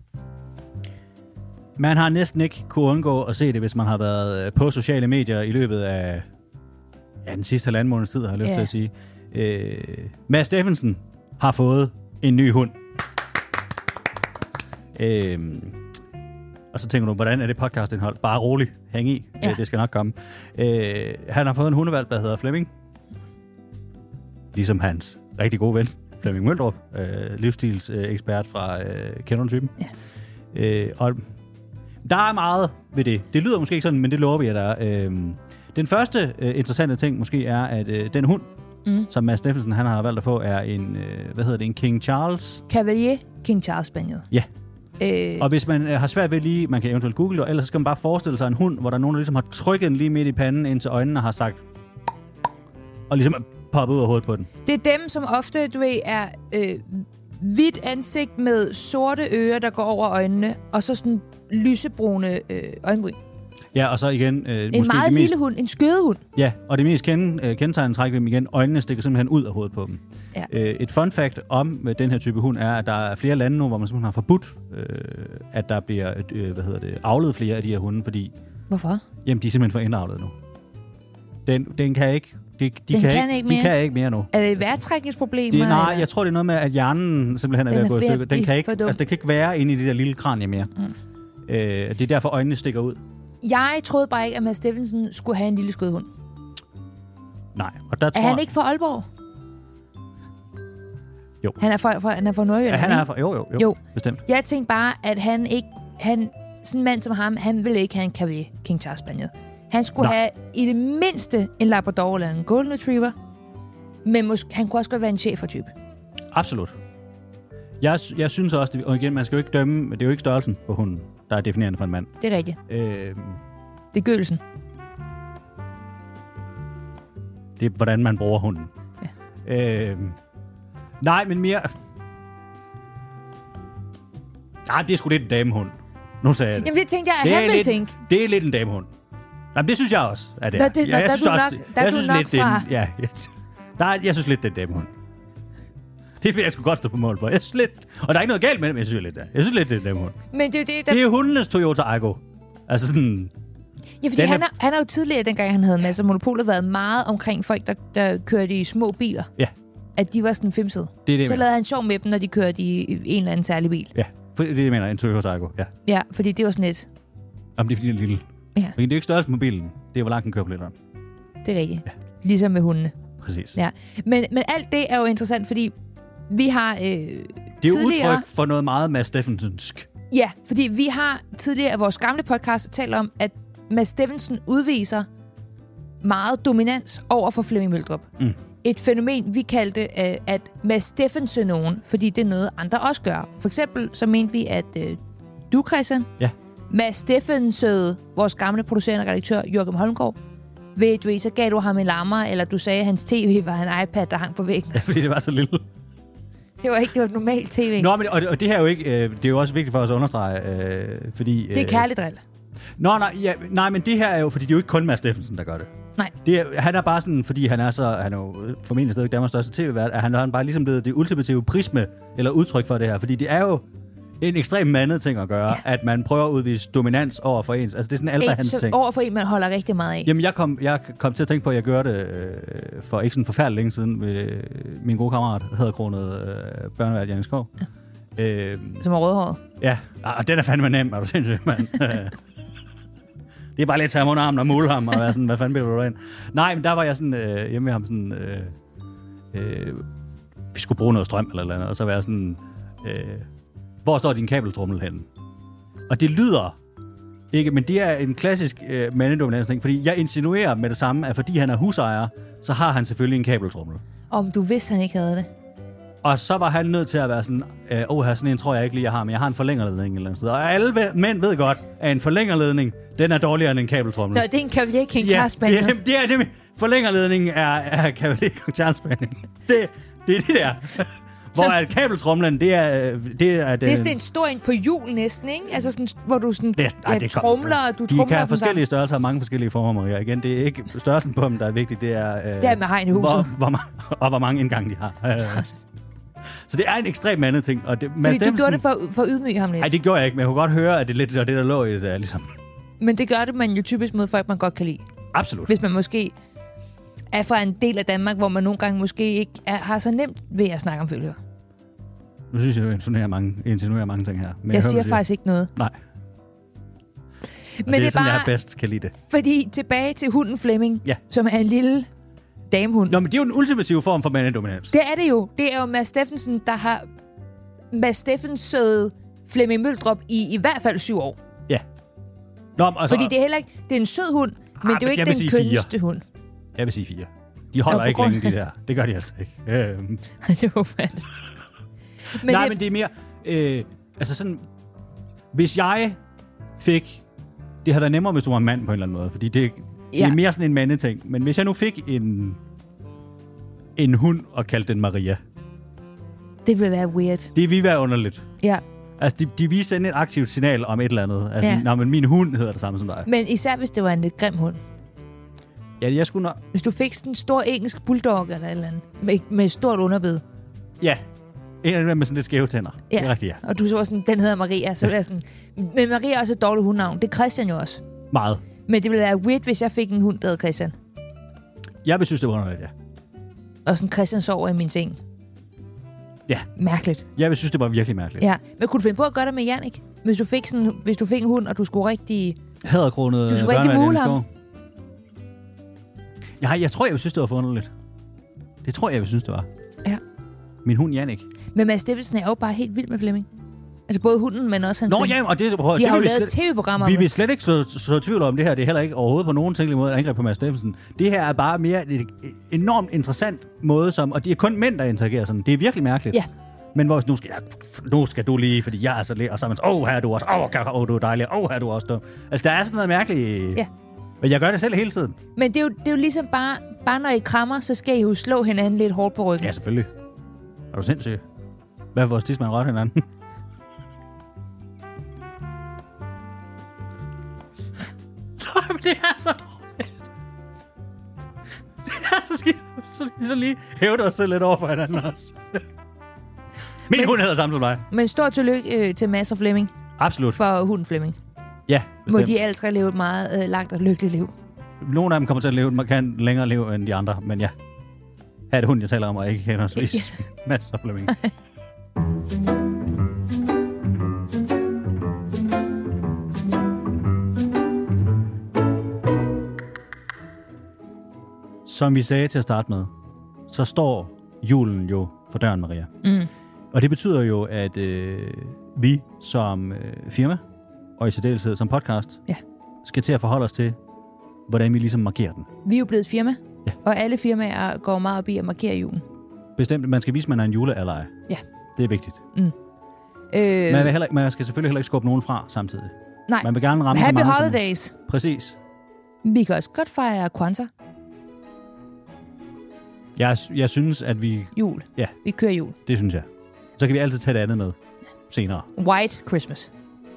Man har næsten ikke kunne undgå at se det, hvis man har været på sociale medier i løbet af ja, den sidste halvanden måneds tid, har jeg lyst Ja. til at sige. Øh, Mads Steffensen har fået en ny hund. Øh, og så tænker du, hvordan er det podcastindhold? Bare rolig, hæng i, Ja. øh, det skal nok komme. Øh, han har fået en hundevalg, der hedder Flemming. Ligesom hans rigtig gode ven, Flemming Møldrup, øh, livsstilsekspert fra øh, Kender du typen? Ja. Øh, og der er meget ved det. Det lyder måske ikke sådan, men det lover vi, at der er. Øh, den første øh, interessante ting måske er, at øh, den hund, mm. som Mads Steffensen han har valgt at få, er en, øh, hvad hedder det, en King Charles? Cavalier King Charles Spaniel. Ja. Øh, Og hvis man øh, har svært ved lige, man kan eventuelt google det, ellers så skal man bare forestille sig en hund, hvor der er nogen, der ligesom har trykket den lige midt i panden ind til øjnene og har sagt, og ligesom er poppet ud af hovedet på den. det er dem, som ofte, du ved, er øh, hvidt ansigt med sorte ører, der går over øjnene, og så sådan lysebrune øh, øjenbryn. Ja, og så igen... Øh, En måske meget det mest, lille hund. En skødehund. Ja, og det mest kende, øh, kendetegnende træk ved dem igen, øjnene stikker simpelthen ud af hovedet på dem. Ja. Øh, et fun fact om øh, den her type hund er, at der er flere lande nu, hvor man simpelthen har forbudt, øh, at der bliver øh, hvad hedder det, avlet flere af de her hunde, fordi Hvorfor? jamen, de er simpelthen for indavlet nu. Den, den kan ikke... De, de Den kan, kan ikke, ikke de mere? kan ikke mere nu. Er det vejrtrækningsproblemer? Det, nej, eller? jeg tror, det er noget med, at hjernen simpelthen er Den ved at er gå i ved at stykker. Den blive kan ikke, for dum. altså, det kan ikke være inde i det der lille kranie mere. Mm. Øh, det er derfor, øjnene stikker ud. Jeg troede bare ikke, at Mads Steffensen skulle have en lille skødehund. Nej, og der Er tror han ikke fra Aalborg? Jo. Han er fra, fra, han er fra Nordjylland, Ja, han er ikke? fra, jo, jo, jo, Jo. bestemt. Jeg tænkte bare, at han ikke... Han, sådan en mand som ham, han ville ikke have en Cavalier King Charles Spaniel. Han skulle Nej. have i det mindste en Labrador eller en Golden Retriever. Men måske, han kunne også godt være en chefertype. Absolut. Jeg, jeg synes også, det, og igen, man skal jo ikke dømme, det er jo ikke størrelsen på hunden, der er definerende for en mand. Det er rigtigt. Øh, Det er gødelsen. det er, hvordan man bruger hunden. Ja. Øh, nej, men mere... Nej, det er sgu lidt en damehund. Nu sagde jeg det. Jamen det tænkte jeg, at det han er ville lidt, tænke. Det er lidt en damehund. Jamen, det synes jeg også, at det Nå, er. det- nå, Ja, jeg der er synes du også, nok- det- der er jeg du synes nok lidt, det er en- fra- Ja, jeg, nej, jeg synes lidt, det er en damehund. Det vil jeg sgu godt stå på mål for. Jeg synes lidt... Og der er ikke noget galt med det, men jeg synes lidt, det er. Jeg synes lidt, det er en damehund. Men det er jo det, der... Det er hundenes Toyota Aygo. Altså sådan... Ja, fordi Den han er- har, han har jo tidligere, dengang han havde masser af monopolet, været meget omkring folk, der, der kørte i små biler. Ja, At de var sådan femsede. det er det, Så jeg lavede han sjov med dem, når de kørte i en eller anden særlig bil. Ja, for det er det, jeg mener. En Toyota Aygo, ja. Ja, fordi det var sådan et... Jamen, det er fordi, den er lille. Ja. Men det er jo ikke størrelsen på bilen. Det er, hvor langt den kører på literen. Det er rigtigt. Ja. Ligesom med hundene. Præcis. Ja. Men, men alt det er jo interessant, fordi vi har øh, Det er tidligere... udtryk for noget meget Mads Steffensensk. Ja, fordi vi har tidligere i vores gamle podcast talt om, at Mads Steffensen udviser meget dominans over for Flemming Møldrup. Mm. Et fænomen, vi kaldte øh, at Mads Steffensen nogen, fordi det er noget, andre også gør. For eksempel så mente vi, at øh, du, Christian, Ja. Mads Steffensen, vores gamle producerende redaktør, Joachim Holmgaard, ved, du ved, så gav du ham en lammer, eller du sagde, at hans tv var en iPad, der hang på væggen. Ja, fordi det var så lille. Det var ikke det var et normalt tv. Nå, men og, og det her er jo ikke, øh, det er jo også vigtigt for os at understrege, øh, fordi... Øh, det er kærligt drill. Nå, nej, ja, nej, men det her er jo, fordi det er jo ikke kun Mads Steffensen, der gør det. Nej. Det er, han er bare sådan, fordi han er så, han er jo formentlig stadig Danmarks største tv-vært, at han er bare ligesom blevet det ultimative prisme, eller udtryk for det her, fordi det er jo en ekstremt mandet ting at gøre, ja. At man prøver at udvise dominans over for ens. Altså det er sådan alt, hvad han ting. Over for en, man holder rigtig meget af. Jamen, jeg kom, jeg kom til at tænke på, at jeg gjorde det øh, for ikke sådan forfærdeligt længe siden med min gode kammerat, hedderkronet øh, børnevært Janne Skov. Ja. Øh, Som er rødhåret. Ja, og den er fandme nem, er du sindssygt, mand. Det er bare lidt at tage ham under armen og måle ham, og være sådan, hvad fanden bliver du ind? Nej, men der var jeg sådan øh, hjemme med ham sådan, øh, øh, vi skulle bruge noget strøm eller eller andet, og så var jeg sådan, øh, hvor står din kabeltrummel henne? Og det lyder ikke, men det er en klassisk øh, mandedominans ting, fordi jeg insinuerer med det samme, at fordi han er husejer, så har han selvfølgelig en kabeltrummel. Om du vidste, han ikke havde det. Og så var han nødt til at være sådan, åh, øh, her sådan en tror jeg ikke lige, jeg har, men jeg har en forlængerledning et eller andet sted. Og alle mænd ved godt, at en forlængerledning, den er dårligere end en kabeltrommel. Så det er en Cavalier King Charles Spaniel. Ja, det er det, det forlængerledningen er, er Cavalier King Charles Spaniel. Det, det er det der. Hvor at kabeltromlen, det er... Det er, det er sådan en stor en på hjul næsten, ikke? Altså sådan, hvor du sådan, Næsten, ej, ja, det tromler, og du de tromler kan have dem forskellige sammen. størrelser og mange forskellige former, Maria. Igen, det er ikke størrelsen på dem, der er vigtigt. Det er, øh, det er med hegn i huset. Hvor, hvor, og hvor mange indgange de har. Så det er en ekstremt mandet ting. Og det, Fordi du gjorde det for, for at ydmyge ham lidt. Nej, det gjorde jeg ikke, men jeg kunne godt høre, at det lidt det, der lå i det der, ligesom. Men det gør det man jo typisk mod folk, man godt kan lide. Absolut. Hvis man måske er fra en del af Danmark, hvor man nogle gange måske ikke er, har så nemt ved at snakke om følelser. Nu synes jeg, du insinuerer mange, insinuerer mange ting her. Men jeg, jeg siger siger faktisk ikke noget. Nej. Men det er, det er sådan, bare, jeg bedst kan lide det. Fordi tilbage til hunden Flemming, ja. Som er en lille damehund. Nå, men det er jo den ultimative form for mandedominans. Det er det jo. Det er jo Mads Steffensen, der har Mads Steffensød Flemming Møldrup i i hvert fald syv år. Ja. Nå, altså, fordi det er heller ikke... Det er en sød hund, men ah, det er jo ikke den kønneste hund. Jeg vil sige fire. De holder ikke grund... længe, de der. Det gør de altså ikke. Øhm. det var fat. Men Nej, det... men det er mere... Øh, altså sådan... Hvis jeg fik... Det havde været nemmere, hvis du var en mand på en eller anden måde. Fordi det, ja. det er mere sådan en mandeting. Men hvis jeg nu fik en... En hund og kaldte den Maria. Det ville være weird. Det ville være underligt. Ja. Altså, de, de vil sende et aktivt signal om et eller andet. Altså, ja. Nå, men min hund hedder det samme som dig. Men især hvis det var en lidt grim hund. Ja, jeg skulle nok... Hvis du fik sådan en stor engelsk bulldog eller et eller andet. Med, med stort underbid. Ja. En af dem med sådan lidt skæve tænder. Ja. Det er rigtigt, ja. Og du så sådan, den hedder Maria. Så er sådan... Men Maria er også et dårligt hundnavn. Det er Christian jo også. Meget. Men det ville være weird, hvis jeg fik en hund, der hed Christian. Jeg vil synes, det var underligt, ja. Og sådan Christian sover i min seng. Ja. Mærkeligt. Jeg vil synes, det var virkelig mærkeligt. Ja. Men kunne du finde på at gøre det med Jannik? Hvis du fik, sådan, hvis du fik en hund, og du skulle rigtig... Hæderkronet... Du skulle rigtig mule ham. Ja, jeg tror, jeg vil synes, det var forunderligt. Det tror jeg, jeg vil synes, det var. Ja. Min hund, Jannik. Men Mads Steffensen er jo bare helt vild med Flemming. Altså både hunden, men også hans... Nå, ja, og det... Prøv, de det har jo lavet slet, tv-programmer. Vi vil slet ikke så, så tvivl om det her. Det er heller ikke overhovedet på nogen tænkelig måde et angreb på Mads Steffensen. Det her er bare mere et enormt interessant måde, som... Og det er kun mænd, der interagerer sådan. Det er virkelig mærkeligt. Ja. Men hvor nu skal, jeg, nu skal du lige, fordi jeg er så lidt, og så er man så, åh, her er du også, åh, oh, oh, du er dejlig, åh, oh, her er du også dum. Altså, der er sådan noget mærkeligt. Ja. Men jeg gør det selv hele tiden. Men det er jo, det er jo ligesom bare, bare når I krammer, så skal I jo slå hinanden lidt hårdt på ryggen. Ja, selvfølgelig. Er du sindssyg? Hvad er vores tidsmand rørt hinanden? Nej, men det er så dårligt. Det er så skidt. Så skal vi så lige hæve os selv lidt over for hinanden også. Min men, hund hedder samme som dig. Men stort tillykke øh, til Mads og Flemming. Absolut. For hunden Flemming. Ja, bestemt. Må de alle tre leve et meget øh, langt og lykkeligt liv. Nogle af dem kommer til at leve et markant længere liv end de andre, men ja. Her er det hunden, jeg taler om, og ikke henholdsvis ja. Mads og Flemming. Som vi sagde til at starte med, så står julen jo for døren, Maria. Mm. Og det betyder jo, at øh, vi som øh, firma, og i særdeleshed som podcast, ja. skal til at forholde os til, hvordan vi ligesom markerer den. Vi er jo blevet et firma, ja. Og alle firmaer går meget op i at markere julen. Bestemt, man skal vise, at man er en julealleje. Ja. Det er vigtigt. Mm. Øh... Man, vil heller, man skal selvfølgelig heller ikke skubbe nogen fra samtidig. Nej. Man vil gerne ramme Happy så meget holidays. Som... Præcis. Vi kan også godt fejre Kwanzaa. Jeg, jeg synes, at vi... Jul. Ja. Vi kører jul. Det synes jeg. Så kan vi altid tage det andet med senere. White Christmas.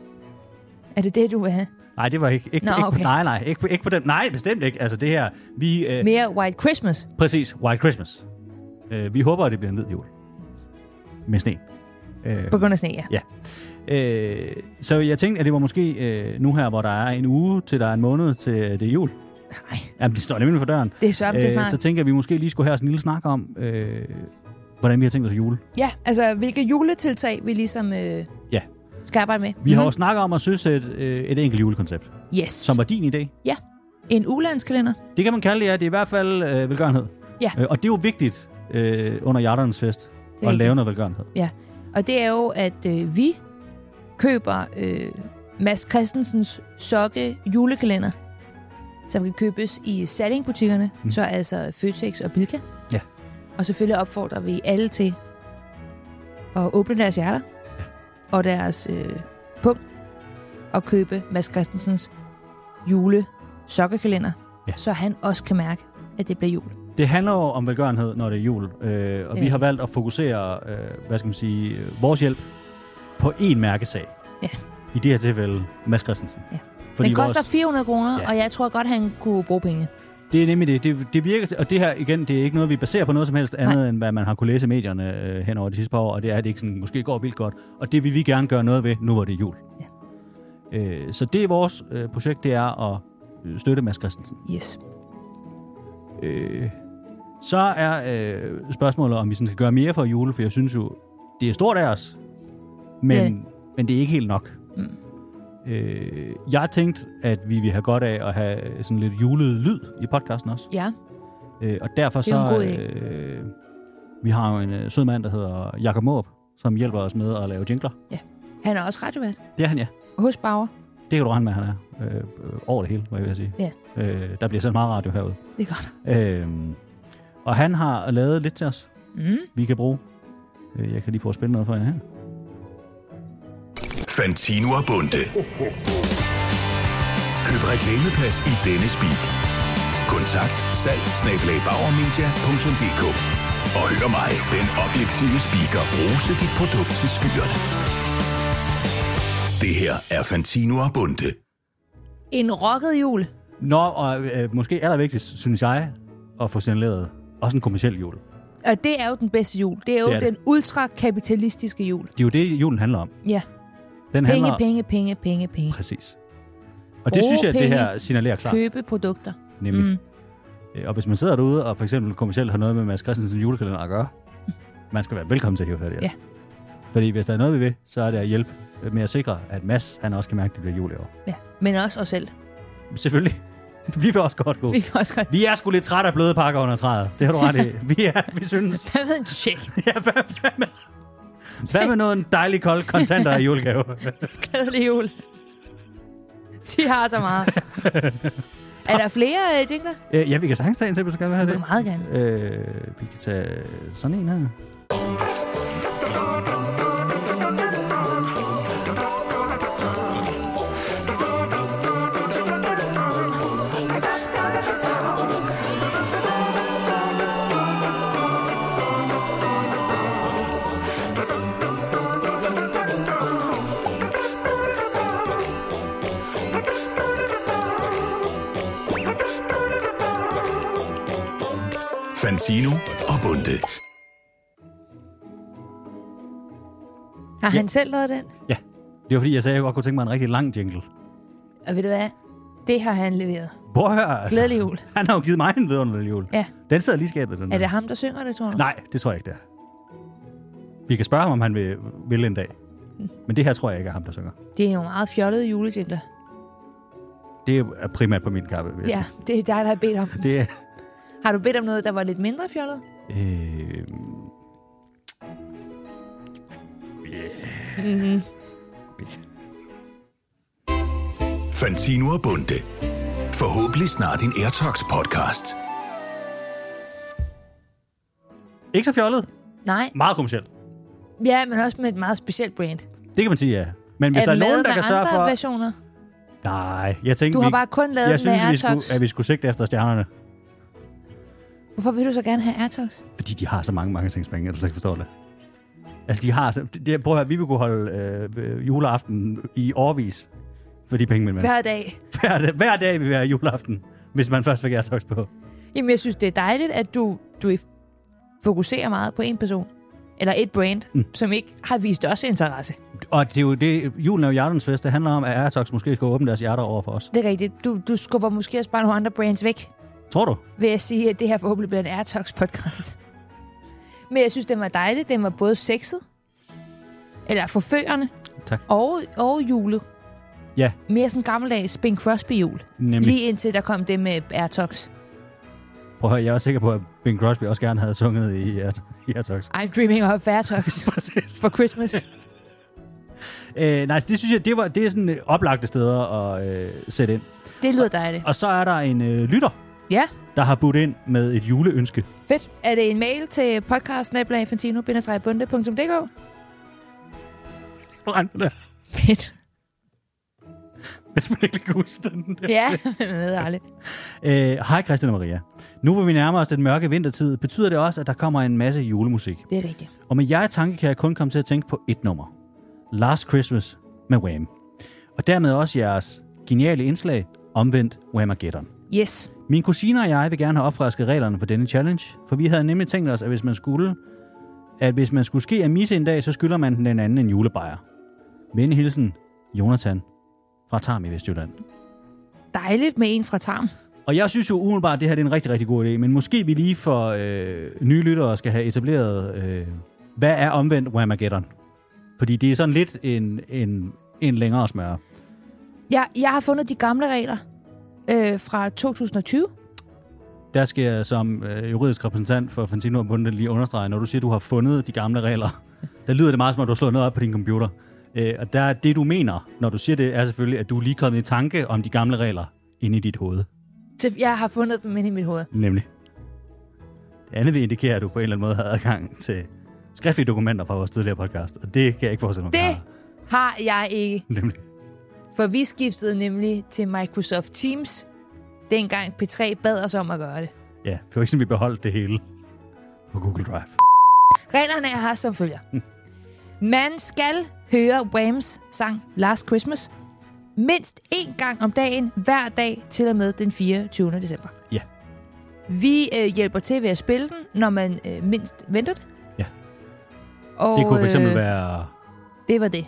Er det det, du vil have? Nej, det var ikke... ikke, Nå, ikke okay. Nej, nej. Ikke, ikke på den. Nej, bestemt ikke. Altså det her... Vi, øh, Mere White Christmas. Præcis. White Christmas. Øh, vi håber, at det bliver en hvid jul. Med sne. Øh, På grund af sne, ja. Ja. Øh, så jeg tænkte, at det var måske øh, nu her, hvor der er en uge til der er en måned til det er jul. Nej, Jamen, de står nemlig for døren. det er sørme, det er snart. Så tænker jeg, at vi måske lige skulle have sådan en lille snak om, øh, hvordan vi har tænkt os at jule. Ja, altså hvilke juletiltag vi ligesom øh, Ja. skal arbejde med. Vi har Mhm. jo snakket om at søsætte øh, et enkelt julekoncept, Yes. som var din idé. Ja, en ulandskalender. Det kan man kalde det, ja. Det er i hvert fald øh, velgørenhed. Ja. Øh, og det er jo vigtigt øh, under hjerternes fest Det er at lave rigtigt. noget velgørenhed. Ja, og det er jo, at øh, vi køber øh, Mads Christensens sokke julekalender, som kan købes i Salling-butikkerne, Mm. mm. så altså Føtex og Bilka. Ja. Og selvfølgelig opfordrer vi alle til at åbne deres hjerter Ja. og deres øh, pung og købe Mads Christensens jule sokkekalender, Ja. så han også kan mærke, at det bliver jul. Det handler jo om velgørenhed, når det er jul. Øh, og Det vi er har valgt at fokusere, øh, hvad skal man sige, øh, vores hjælp på én mærkesag. Ja. I det her tilfælde, Mads Christensen. Ja. Fordi Den koster vores, fire hundrede kroner, Ja. og jeg tror godt, han kunne bruge penge. det er nemlig det. det. Det virker, til- og det her igen, det er ikke noget, vi baserer på noget som helst andet, Nej. end hvad man har kunne læse i medierne øh, hen over de sidste par år, og det er, at det ikke sådan, måske går vildt godt. Og det vil vi gerne gøre noget ved, nu hvor det er jul. Ja. Øh, så det er vores øh, projekt, det er at øh, støtte Mads Christensen. Yes. Øh, så er øh, spørgsmålet, om vi sådan skal gøre mere for jule, for jeg synes jo, det er stort af os, men, Ja. men det er ikke helt nok. Mm. Øh, jeg har tænkt, at vi vil have godt af at have sådan lidt julet lyd i podcasten også. Ja, Øh, og derfor Det er så... en god idé. Øh, vi har jo en øh, sød mand, der hedder Jakob Måb, som hjælper os med at lave jingler. han er også radiovært Det er han, ja. hos Bauer. Det kan du regne med, han er. Øh, øh, over det hele, hvad jeg vil sige. Ja. Øh, der bliver sendt meget radio herude. Det er godt. Øh, og han har lavet lidt til os, Mm. vi kan bruge. Øh, Jeg kan lige få at spille noget for jer her. Fantino og Bunde. Køb reklameplads i denne speak. Kontakt salg snabel-a bauermedia punktum d k. Og hør mig, den objektive speaker, rose dit produkt til skyerne. Det her er Fantino og Bunde. En rocket jul. Nå, og øh, måske allervigtigst, synes jeg, at få signaleret også en kommerciel jul. Og det er jo den bedste jul. Det er jo Det er det. den ultrakapitalistiske jul. Det er jo det, julen handler om. Ja. Den Penge, handler... penge, penge, penge, penge. Præcis. Og det Bruge synes jeg, at det penge, her signalerer klart. Købe produkter. Nemlig. Mm. Øh, Og hvis man sidder derude, og for eksempel kommercielt har noget med Mads Christensens julekalender at gøre, man skal være velkommen til at hive fat i os. Ja. Fordi hvis der er noget, vi vil, så er det at hjælpe med at sikre, at Mads han også kan mærke, at det bliver jul i år. Ja. Men også os selv. Selvfølgelig. Vi vil også godt gå. Vi kan også godt. Vi er sgu lidt trætte af bløde pakker under træet. Det har du ret i. Vi, er, vi synes... Hvad ved en check? Ja, hvad, hvad, med, hvad med noget dejlig kold kontanter i julegave? Glædelig jul. De har så meget. Er der flere uh, jingler? Øh, ja, vi kan sagtens tage en til, hvis du gerne vil have Vi det. vil meget gerne. Øh, vi kan tage sådan en her. Fantino og Bunde. Har han selv lavet den? Ja, det var fordi, jeg sagde, at jeg godt kunne tænke mig en rigtig lang jingle. Og ved du hvad? Det har han leveret. Prøv at høre, altså. Glædelig jul. Han har jo givet mig en vidunderlig jul. Ja. Den sidder lige i skabet, den Er der. det ham, der synger det, tror du? Nej, det tror jeg ikke, det er. Vi kan spørge ham, om han vil, vil en dag. Men det her tror jeg ikke er ham, der synger. Det er nogle meget fjollede julejingler. Det er primært på min kappe, vil jeg Ja, sige. det er dig, der har bedt om. Det er... Har du bedt om noget, der var lidt mindre fjollet? Øh... Mm-hmm. Fantino og Bunde. Forhåbentlig snart en Airtalks podcast. Ikke så fjollet. Nej. Meget kommercielt. Ja, men også med et meget specielt brand. Det kan man sige, ja. Men hvis er der er den nogen, lavet der med kan sørge andre for... versioner? Nej, jeg tænkte... Du har vi, bare kun lavet jeg den med synes, vi skulle, AirTogs. at vi skulle sigte efter stjernerne. Hvorfor vil du så gerne have AirTogs? Fordi de har så mange marketingspenge, at du slet ikke forstår det. Altså, de har... Så, det, prøv at høre, vi vil kunne holde øh, juleaften i årevis for de penge, men Hver dag. hver, hver dag vil være juleaften, hvis man først fik AirTogs på. Jamen, jeg synes, det er dejligt, at du, du fokuserer meget på en person. Eller et brand, mm. som ikke har vist os interesse. Og det er jo det... Julen er jo hjertens fest. Det handler om, at AirTogs måske skal åbne deres hjerter over for os. Det er rigtigt. Du, du skubber måske også bare nogle andre brands væk, Tror du? vil jeg sige, at det her forhåbentlig bliver en AirTogs-podcast. Men jeg synes, den var dejlig. Den var både sexet, eller forførende, Tak. og, og julet. Ja. Mere sådan gammeldags Bing Crosby-jul. Nemlig. Lige indtil der kom det med AirTogs. Prøv at høre, jeg er sikker på, at Bing Crosby også gerne havde sunget i, Air- i AirTogs. I'm dreaming of AirTogs Præcis. for Christmas. Øh, nej, det synes jeg, det, var, det er sådan oplagte steder at øh, sætte ind. Det lyder dejligt. Og så er der en øh, lytter, Ja, der har budt ind med et juleønske. fedt. Er det en mail til podcast snabel-a fantino bindestreg bunde punktum d k? Regn på det. Fedt. Hvis man ikke kan huske den. Ja, jeg ved aldrig. Øh, Hej Christian og Maria. Nu hvor vi nærmer os den mørke vintertid, betyder det også, at der kommer en masse julemusik. Det er rigtigt. Og med jer i tanke kan jeg kun komme til at tænke på et nummer. Last Christmas med Wham. Og dermed også jeres geniale indslag, omvendt Whamageddon. Yes. Min kusine og jeg vil gerne have opfrisket reglerne for denne challenge, for vi havde nemlig tænkt os, at hvis man skulle, at hvis man skulle ske at misse en dag, så skylder man den anden en julebajer. Venlig hilsen, Jonathan fra Tarm i Vestjylland. Dejligt med en fra Tarm. Og jeg synes jo umiddelbart, at det her er en rigtig, rigtig god idé, men måske vi lige for øh, nye lyttere skal have etableret, øh, hvad er omvendt Whamageddon? Fordi det er sådan lidt en, en, en længere smøre. Jeg, jeg har fundet de gamle regler øh, fra to tusind og tyve. Der skal jeg som øh, juridisk repræsentant for Fantino og Bunde lige understrege, når du siger, at du har fundet de gamle regler, der lyder det meget som, at du har slået noget op på din computer. Øh, og der, det, du mener, når du siger det, er selvfølgelig, at du er lige kommet i tanke om de gamle regler inde i dit hoved. Jeg har fundet dem inde i mit hoved. Nemlig. Det andet vil indikere, at du på en eller anden måde har adgang til skriftlige dokumenter fra vores tidligere podcast, og det kan jeg ikke forestille mig. Det har jeg ikke. Nemlig. For vi skiftede nemlig til Microsoft Teams, dengang P tre bad os om at gøre det. Ja, det var ikke sådan, vi beholdt det hele på Google Drive. Reglerne er her som følger. Man skal høre Whams sang Last Christmas mindst én gang om dagen, hver dag til og med den fireogtyvende december. Ja. Vi øh, hjælper til ved at spille den, når man øh, mindst venter det. Ja. Og, Det kunne for eksempel øh, være... Det var det.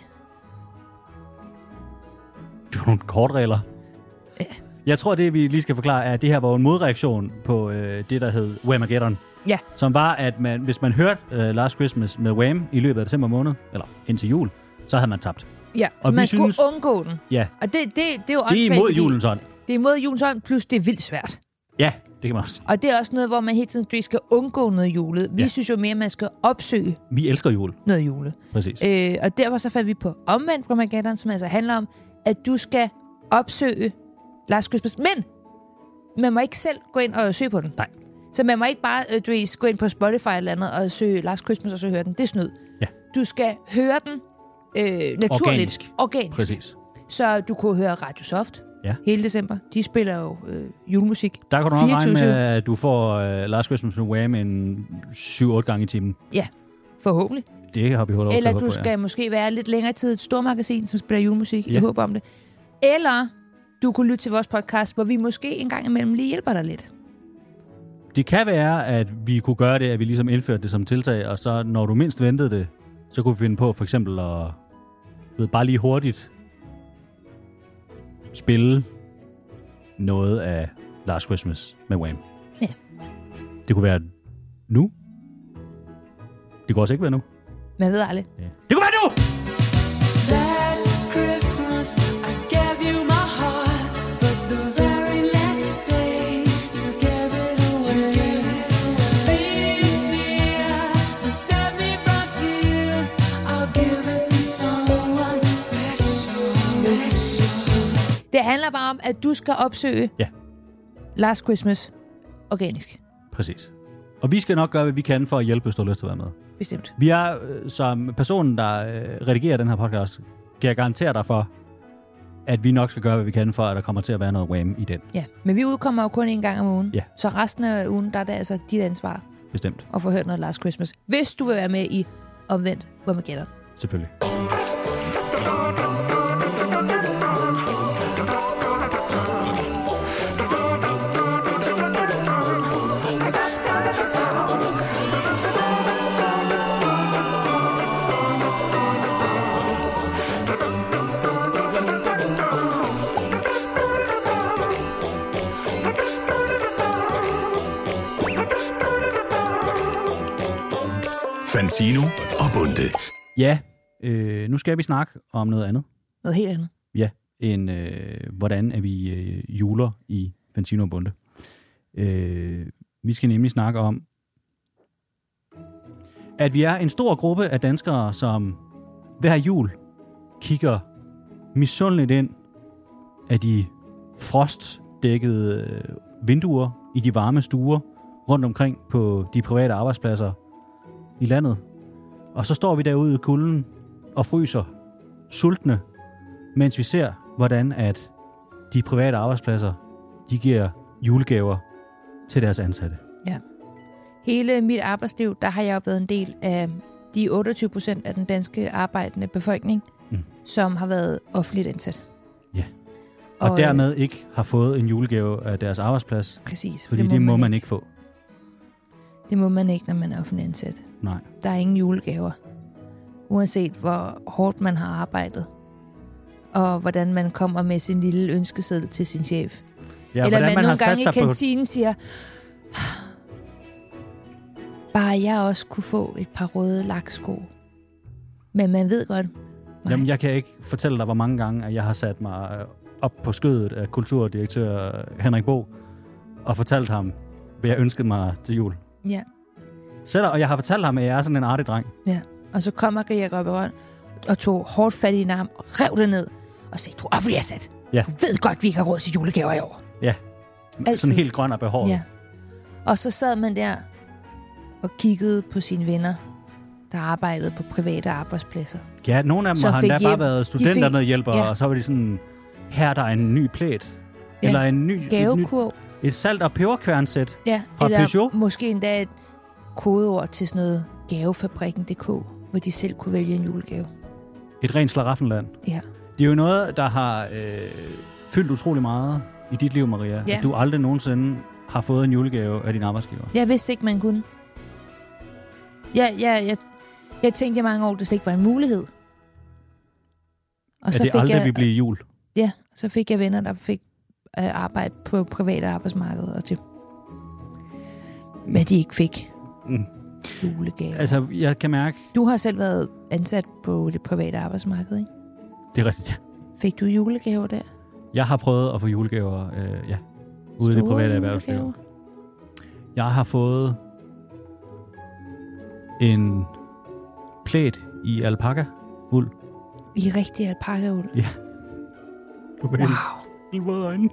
Det var nogle kortregler. Ja. Jeg tror, det vi lige skal forklare, er, at det her var en modreaktion på øh, det, der hed Whamageddon. Ja. Som var, at man, hvis man hørte øh, Last Christmas med Wham i løbet af december måned, eller indtil jul, så havde man tabt. Ja, Og man vi skulle synes- undgå den. Ja, Og det, det, det er jo det er åndssvagt, imod fordi julens ånd. Det er imod julens ånd, plus det er vildt svært. Ja, det kan man også sige. Og det er også noget, hvor man hele tiden skal undgå noget julet. Vi Ja. synes jo mere, at man skal opsøge Vi elsker jul. noget julet. Præcis. Øh, og derfor så fandt vi på omvendt Whamageddon, som altså handler om, at du skal opsøge Last Christmas. Men man må ikke selv gå ind og søge på den. Nej. Så man må ikke bare øh, du ved, gå ind på Spotify eller andet og søge Last Christmas og så høre den. Det er snyd. Ja. Du skal høre den øh, naturligt. Organisk. Organisk. Præcis. Så du kunne høre Radio Soft Ja. hele december. De spiller jo øh, julemusik. Der kan du nok regne med, fireogtyve syv. at du får uh, Last Christmas med Wham en syv otte gange i timen. Ja, forhåbentlig. Det har vi holdt over til Eller at håbe du på, skal måske være lidt længere tid i et stormagasin, som spiller julemusik. Ja. Jeg håber om det. Eller du kunne lytte til vores podcast, hvor vi måske en gang imellem lige hjælper dig lidt. Det kan være, at vi kunne gøre det, at vi ligesom indførte det som tiltag, og så når du mindst ventede det, så kunne vi finde på for eksempel at ved, bare lige hurtigt spille noget af Last Christmas med Wham. Ja. Det kunne være nu. Det kunne også ikke være nu. Man ved aldrig. Ja. Det kunne være nu! Last Christmas I gave you my heart, but the very next day you gave it away. This year to save me from tears, I'll give it to someone special, special. Det handler bare om, at du skal opsøge Ja. Last Christmas organisk. Præcis. Og vi skal nok gøre, hvad vi kan for at hjælpe, hvis du har lyst til at være med. Bestemt. Vi er, øh, som personen, der øh, redigerer den her podcast, kan jeg garantere dig for, at vi nok skal gøre, hvad vi kan, for at der kommer til at være noget wham i den. Ja, men vi udkommer jo kun en gang om ugen. Ja. Så resten af ugen, der er det altså dit ansvar Bestemt. at få hørt noget Last Christmas. Hvis du vil være med i Omvendt Whamageddon. Selvfølgelig. Fantino og Bunde. Ja, øh, nu skal vi snakke om noget andet. Noget helt andet. Ja, end øh, hvordan er vi øh, juler i Fantino og Bunde. Øh, vi skal nemlig snakke om, at vi er en stor gruppe af danskere, som hver jul kigger misundeligt ind af de frostdækkede øh, vinduer i de varme stuer rundt omkring på de private arbejdspladser i landet. Og så står vi derude i kulden og fryser sultne, mens vi ser, hvordan at de private arbejdspladser, de giver julegaver til deres ansatte. Ja. Hele mit arbejdsliv, der har jeg jo været en del af de otteogtyve procent af den danske arbejdende befolkning, Mm. som har været offentligt ansat. Ja. Og, og øh, dermed ikke har fået en julegave af deres arbejdsplads, Præcis. fordi det må, det må man, man ikke få. Det må man ikke, når man er offentligt ansat. Nej. Der er ingen julegaver. Uanset hvor hårdt man har arbejdet. Og hvordan man kommer med sin lille ønskeseddel til sin chef. Ja, Eller hvordan man, man nogle har gange sat i sig på... kantinen siger, bare jeg også kunne få et par røde laksko. Men man ved godt, nej. Jamen, jeg kan ikke fortælle dig, hvor mange gange, at jeg har sat mig op på skødet af kulturdirektør Henrik Bo og fortalt ham, hvad jeg ønskede mig til jul. Ja. Selv, og jeg har fortalt ham, at jeg er sådan en artig dreng. Ja, og så kommer jeg op i røven og tog hårdt fat i en arm og rev det ned og sagde, du er offentlig ansat. Ja. Du ved godt, vi ikke har råd til julegaver i år. Ja, Altid. Sådan helt grøn og behåret. Ja. Og så sad man der og kiggede på sine venner, der arbejdede på private arbejdspladser. Ja, nogle af dem Så har fik endda bare hjem- været de studenter fik- med hjælper, ja. og så var de sådan, her der er en ny plæt. Ja. Eller en ny, et, nyt, Gavekurv. et salt- og peberkværnsæt. Ja, fra eller Peugeot. måske endda et kodeord til sådan noget gavefabrikken punktum d k, hvor de selv kunne vælge en julegave. Et rent slaraffenland. Ja. Det er jo noget, der har øh, fyldt utrolig meget i dit liv, Maria. Ja. At du aldrig nogensinde har fået en julegave af din arbejdsgiver. Jeg vidste ikke, man kunne. Jeg, jeg, jeg, jeg tænkte i mange år, det slet ikke var en mulighed. Og At det fik aldrig jeg, vil blive jul. Ja, så fik jeg venner, der fik øh, arbejde på private arbejdsmarkeder. Og det, hvad de ikke fik. Mm. Julegaver. Altså, jeg kan mærke, Du har selv været ansat på det private arbejdsmarked, ikke? det er rigtigt, ja. Fik du julegaver der? Jeg har prøvet at få julegaver, øh, ja, ude i det Store private erhvervsliv. julegaver? Jeg har fået en plæt i alpaka-uld. I rigtig alpaka-uld? Ja. Du kan Wow. helt våde øjne.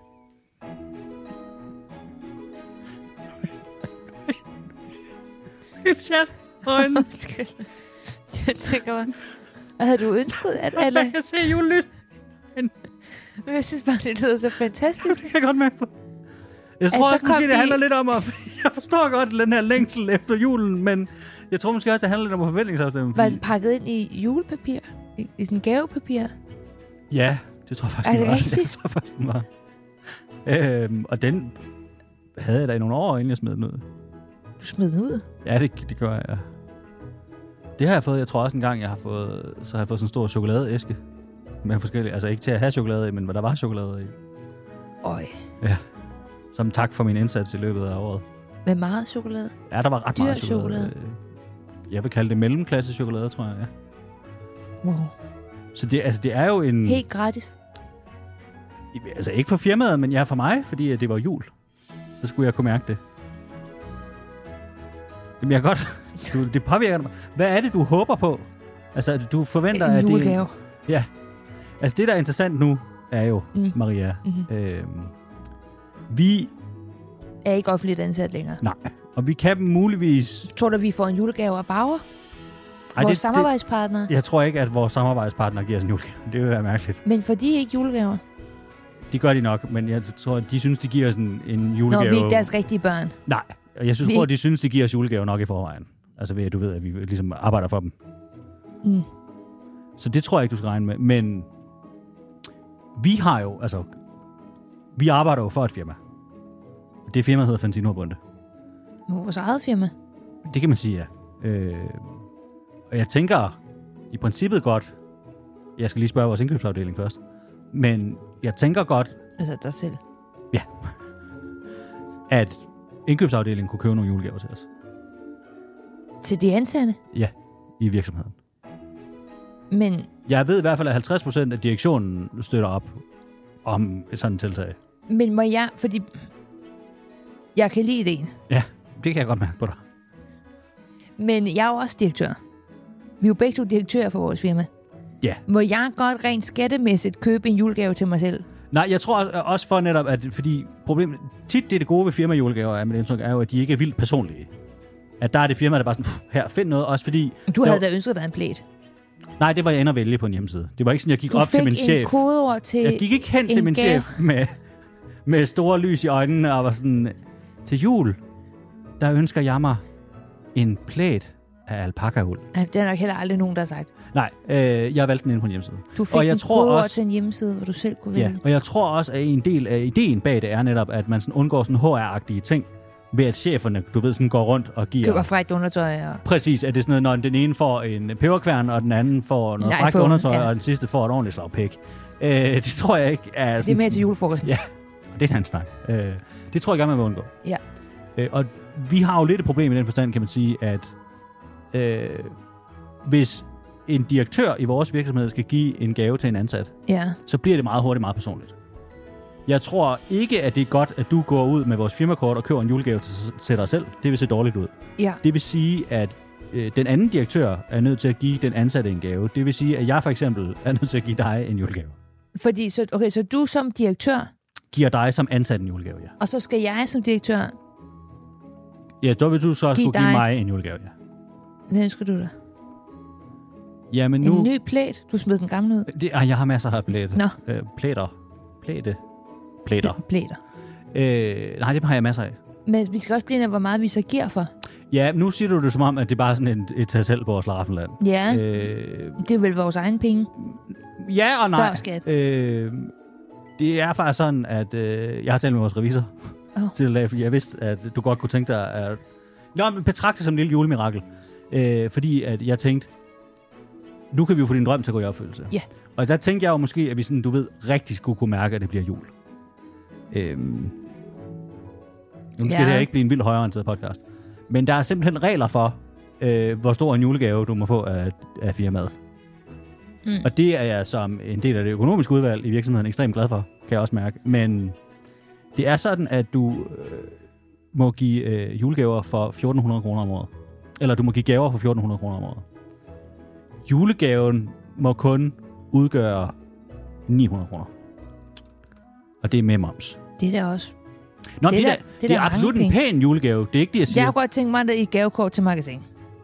Helt chat øjne. Undskyld. Jeg tænker mig, hvad havde du ønsket, at alle... Jeg kan se julelys. Jeg synes bare, det lyder så fantastisk. Det kan jeg godt med på. Jeg tror Altså, også, måske, kom det handler de- lidt om at... Jeg forstår godt den her længsel efter julen, men jeg tror måske også, det handler lidt om at forventningsafstemme. Var den pakket ind i julepapir? I, i sådan gavepapir? Ja, det tror jeg faktisk, Er det den var. rigtigt? Jeg tror faktisk, den var. Øhm, og den havde jeg da i nogle år, inden jeg smed den ud. Du smed den ud? Ja, det, det gør jeg, ja. Det har jeg fået, jeg tror også en gang, jeg har fået, så har jeg fået sådan en stor chokoladeæske. Med forskellige, altså ikke til at have chokolade i, men hvor der var chokolade i. Øj. Ja. Som tak for min indsats i løbet af året. Med meget chokolade? Ja, der var ret Dyr meget chokolade. chokolade. Jeg vil kalde det mellemklasse chokolade, tror jeg, ja. Wow. Så det, altså, det er jo en... Helt gratis? Altså ikke for firmaet, men ja for mig, fordi det var jul. Så skulle jeg kunne mærke det. Jamen jeg kan godt... Du, det påvirker mig. Hvad er det, du håber på? Altså, du forventer, En at det... julegave. Ja. Altså, det, der er interessant nu, er jo, Mm. Maria, Mhm. øhm, vi... Er ikke offentligt ansat længere. Nej. Og vi kan muligvis... Tror du, vi får en julegave af Bauer? Ej, Vores det- samarbejdspartnere. Jeg tror ikke, at vores samarbejdspartnere giver os en julegave. Det vil være mærkeligt. Men får de ikke julegaver? De gør de nok, men jeg tror, at de synes, de giver os en, en Når julegave. vi er ikke deres rigtige børn. Nej, og jeg synes, Vi- tror, at de synes, de giver os julegave nok i forvejen. Altså ved, at du ved, at vi ligesom arbejder for dem. Mm. Så det tror jeg ikke, du skal regne med. Men vi har jo, altså, vi arbejder jo for et firma. Det firma hedder Fantino og Bunde. Vores eget firma. Det kan man sige, ja. Øh, og jeg tænker i princippet godt, jeg skal lige spørge vores indkøbsafdeling først, men jeg tænker godt, Altså dig selv. at indkøbsafdelingen kunne købe nogle julegaver til os. Til de ansatte. Ja, i virksomheden. Men Jeg ved i hvert fald, at halvtreds procent af direktionen støtter op om et sådan tiltag. Men må jeg, fordi jeg kan lide ideen, Ja, det kan jeg godt mærke på dig. men jeg er jo også direktør. Vi er jo begge to direktører for vores firma. Ja. Må jeg godt rent skattemæssigt købe en julegave til mig selv? Nej, jeg tror også, også for netop, at fordi problemet, tit det er det gode ved firmajulegaver, er, med det indtryk, er jo, at de ikke er vildt personlige. At der er det firma, der bare sådan, her, find noget, også fordi... Du havde jo, da ønsket dig en plæt. Nej, det var jeg inde at vælge på en hjemmeside. Det var ikke sådan, jeg gik Du op til min fik en chef. kodeord til Jeg gik ikke hen en til min gave. chef med, med store lys i øjnene og var sådan, til jul, der ønsker jeg mig en plæt af alpakauld. Ja, det er nok heller aldrig nogen, der har sagt. Nej, øh, jeg valgte den inde på en hjemmeside. Du fik Og jeg en tror kodeord også- til en hjemmeside, hvor du selv kunne vælge. Ja, og jeg tror også, at en del af ideen bag det er netop, at man sådan undgår sådan H R-agtige ting, ved at cheferne, du ved, sådan går rundt og giver... Køber frækt undertøj og... Præcis, at det er sådan noget, når den ene får en peberkværn, og den anden får noget En frækt iPhone, undertøj, ja. og den sidste får et ordentligt slag pæk. Øh, det tror jeg ikke er... Det er sådan- med til julefrokosten. Ja, det er en anden snak. Øh, det tror jeg gerne, man vil undgå. Ja. Øh, og vi har jo lidt et problem i den forstand, kan man sige, at øh, hvis en direktør i vores virksomhed skal give en gave til en ansat, Ja. så bliver det meget hurtigt meget personligt. Jeg tror ikke, at det er godt, at du går ud med vores firmakort og køber en julegave til, til dig selv. Det vil se dårligt ud. Ja. Det vil sige, at øh, den anden direktør er nødt til at give den ansatte en gave. Det vil sige, at jeg for eksempel er nødt til at give dig en julegave. Fordi, så, okay, så du som direktør, Giver dig som ansat en julegave, ja. og så skal jeg som direktør... Ja, så vil du så også Giv kunne give dig- mig en julegave, ja. Hvad ønsker du dig? Jamen En nu... ny plæt? Du smed den gamle ud. Det, ah, jeg har masser af plæter. Nå. Øh, plæter. Plæte. Plæter. Plæter. Øh, nej, det har jeg masser af. Men vi skal også blive enige om, hvor meget vi så giver for. Ja, nu siger du det som om, at det er bare sådan et, et tag selv på vores Slaraffenland. Ja, øh. Øh, det er vel vores egen penge. ja og nej. Før skat. Øh, det er faktisk sådan, at øh, jeg har talt med vores revisor Åh. oh. til dag, fordi jeg vidste, at du godt kunne tænke dig at... Nå, men betragte det som en lille julemirakel. Øh, fordi at jeg tænkte, nu kan vi jo få din drøm til at gå i opfyldelse. Ja. Og der tænkte jeg jo måske, at vi sådan, du ved, rigtig skulle kunne mærke, at det bliver jul. Øhm, nu skal Ja. det her ikke blive en vild højreorienteret podcast. Men der er simpelthen regler for, øh, hvor stor en julegave du må få af, af firmaet. Mm. Og det er jeg som en del af det økonomiske udvalg i virksomheden ekstremt glad for, kan jeg også mærke. Men det er sådan, at du øh, må give øh, julegaver for fjorten hundrede kroner om året. Eller du må give gaver for fjorten hundrede kroner om året. Julegaven må kun udgøre ni hundrede kroner. Og det er med moms. Det er da også. Nå, Det det, er er, da- da, det er det, da er mange absolut en penge. pæn julegave. Det er ikke det, jeg Jeg siger. har godt tænkt mig at i gavekort til magasin.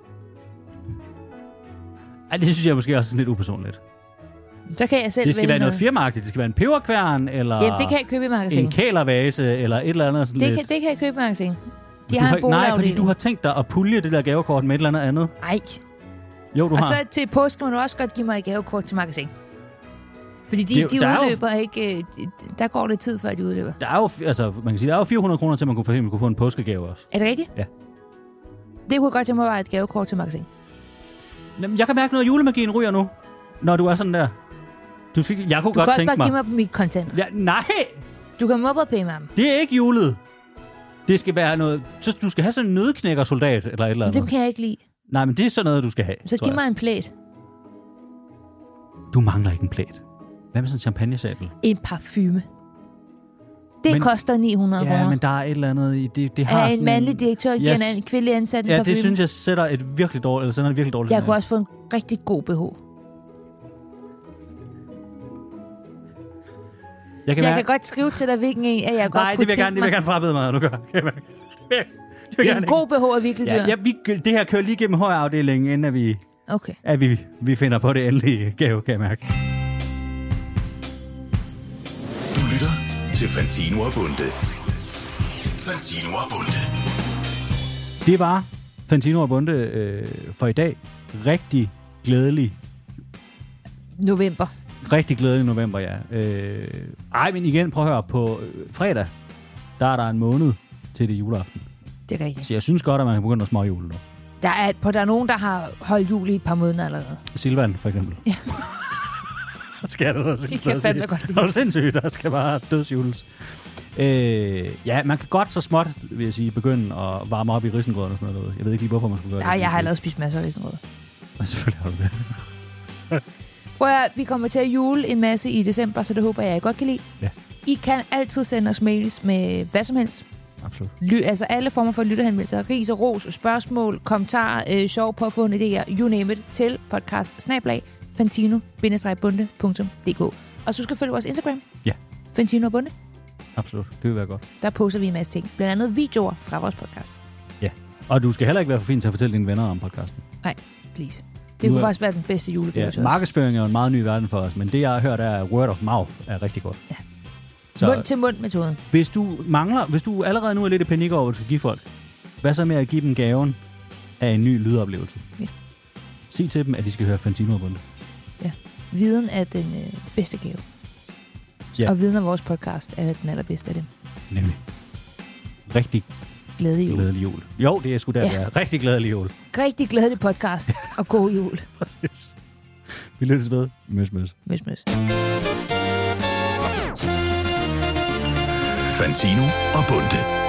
Ej, det synes jeg måske også er lidt upersonligt. Så kan jeg selv Det skal vælge være noget firmaagtigt. Det skal være en peberkværn, eller Ja, det kan jeg købe i magasin. en kælervase, eller et eller andet sådan Det lidt. kan, det kan jeg købe i magasin. De Du har en nej, fordi boligafdeling. du har tænkt dig at pulje det der gavekort med et eller andet andet. Ej. Jo, du Og har. så til påske må du også godt give mig et gavekort til magasin. Fordi de, Det er jo- de der er jo- udløber ikke... øh, de- Der går lidt tid, før de udløber. Der er jo, altså, man kan sige, der er jo fire hundrede kroner til, at man kunne, for eksempel kunne få en påskegave også. Er det rigtigt? Ja. Det kunne jeg godt tænke mig, var et gavekort til magasin. Jamen, jeg kan mærke noget af julemagien ryger nu, når du er sådan der. Du skal, ikke- jeg kunne Du godt kan også tænke bare mig. give mig mit content. Ja, nej, Du kan mobbepay med ham. det er ikke julet. Det skal være noget... Så du skal have sådan en nødknækkersoldat eller et eller Men andet. dem kan jeg ikke lide. Nej, men det er sådan noget, du skal have. Så tror giv jeg. mig en plæt. Du mangler ikke en plæt. Hvad med sådan en champagnesabel? En parfume. Det Men- koster ni hundrede Ja, kroner. men der er et eller andet i det. Det har Er en sådan mandlig direktør giver Yes. en anden kvindelig ansat en Ja, parfume? det synes jeg sætter et virkelig dårligt, eller sender et virkelig dårligt Jeg signal. kunne også få en rigtig god B H. Jeg kan Jeg mærke... kan godt skrive til dig, hvilken en, at jeg godt Nej, kunne det vil jeg tænke gerne, det vil jeg mig. gerne frabede mig, nu gør. Kan jeg mærke. Det vil jeg Det er gerne en god B H er virkelig dyr. Ja, ja, vi, det her kører lige gennem H R-afdelingen, inden at vi... Okay. at vi, vi finder på det endelige gave, kan jeg mærke. Du lytter til Fantino og Bunde. Fantino og Bunde. Det var Fantino og Bunde øh, for i dag. Rigtig glædelig, November. rigtig glædelig november, ja. Øh, ej, men igen, prøv at høre, på øh, fredag, der er der en måned til det juleaften. Det er rigtigt. Så jeg synes godt, at man kan begynde at småjule nu. Der er, på, der er nogen, der har holdt jul i et par måneder allerede. Silvan, for eksempel. Ja. Skal du også Det kan jeg fandme godt lide. Er du sindssygt? Der skal bare dødsjules. Øh, ja, man kan godt så småt, vil jeg sige, begynde at varme op i risengrøden og sådan noget. Jeg ved ikke lige, hvorfor man skulle gøre Nej, det. jeg har allerede spist masser af risengrød. Selvfølgelig har du det. Prøv at, vi kommer til at jule en masse i december, så det håber jeg, I godt kan lide. Ja. I kan altid sende os mails med hvad som helst. Absolut. Ly, altså alle former for lytterhenvendelser, ris og ros, spørgsmål, kommentarer, øh, sjov, påfundne idéer, you name it, til podcast snablag fantino bindestreg bunde punktum d k. Og så skal du følge vores Instagram. Ja. Fantino og Bunde. Absolut. Det vil være godt. Der poster vi en masse ting. Blandt andet videoer fra vores podcast. Ja. Og du skal heller ikke være for fin til at fortælle dine venner om podcasten. Nej, please. Det Nu kunne er- faktisk være den bedste julegave Ja, til os. markedsføring er jo en meget ny verden for os, men det, jeg har hørt, er, at word of mouth er rigtig godt. Ja. Så Mund til mund metoden. hvis du mangler, hvis du allerede nu er lidt i panik over, hvad du skal give folk, hvad så med at give dem gaven af en ny lydoplevelse? Ja. Sig til dem, at de skal høre Fantino og Bunde. Viden er den øh, bedste gave. Ja. Og viden af vores podcast er den allerbedste af dem. Nemlig. Rigtig Glæde jul. glædelig jul. Jo, det er sgu der, Ja. det er. Rigtig glædelig jul. Rigtig glædelig podcast. Og god jul. Præcis. Vi lyttes ved. Møs, møs. Møs, møs. Fantino og Bunde.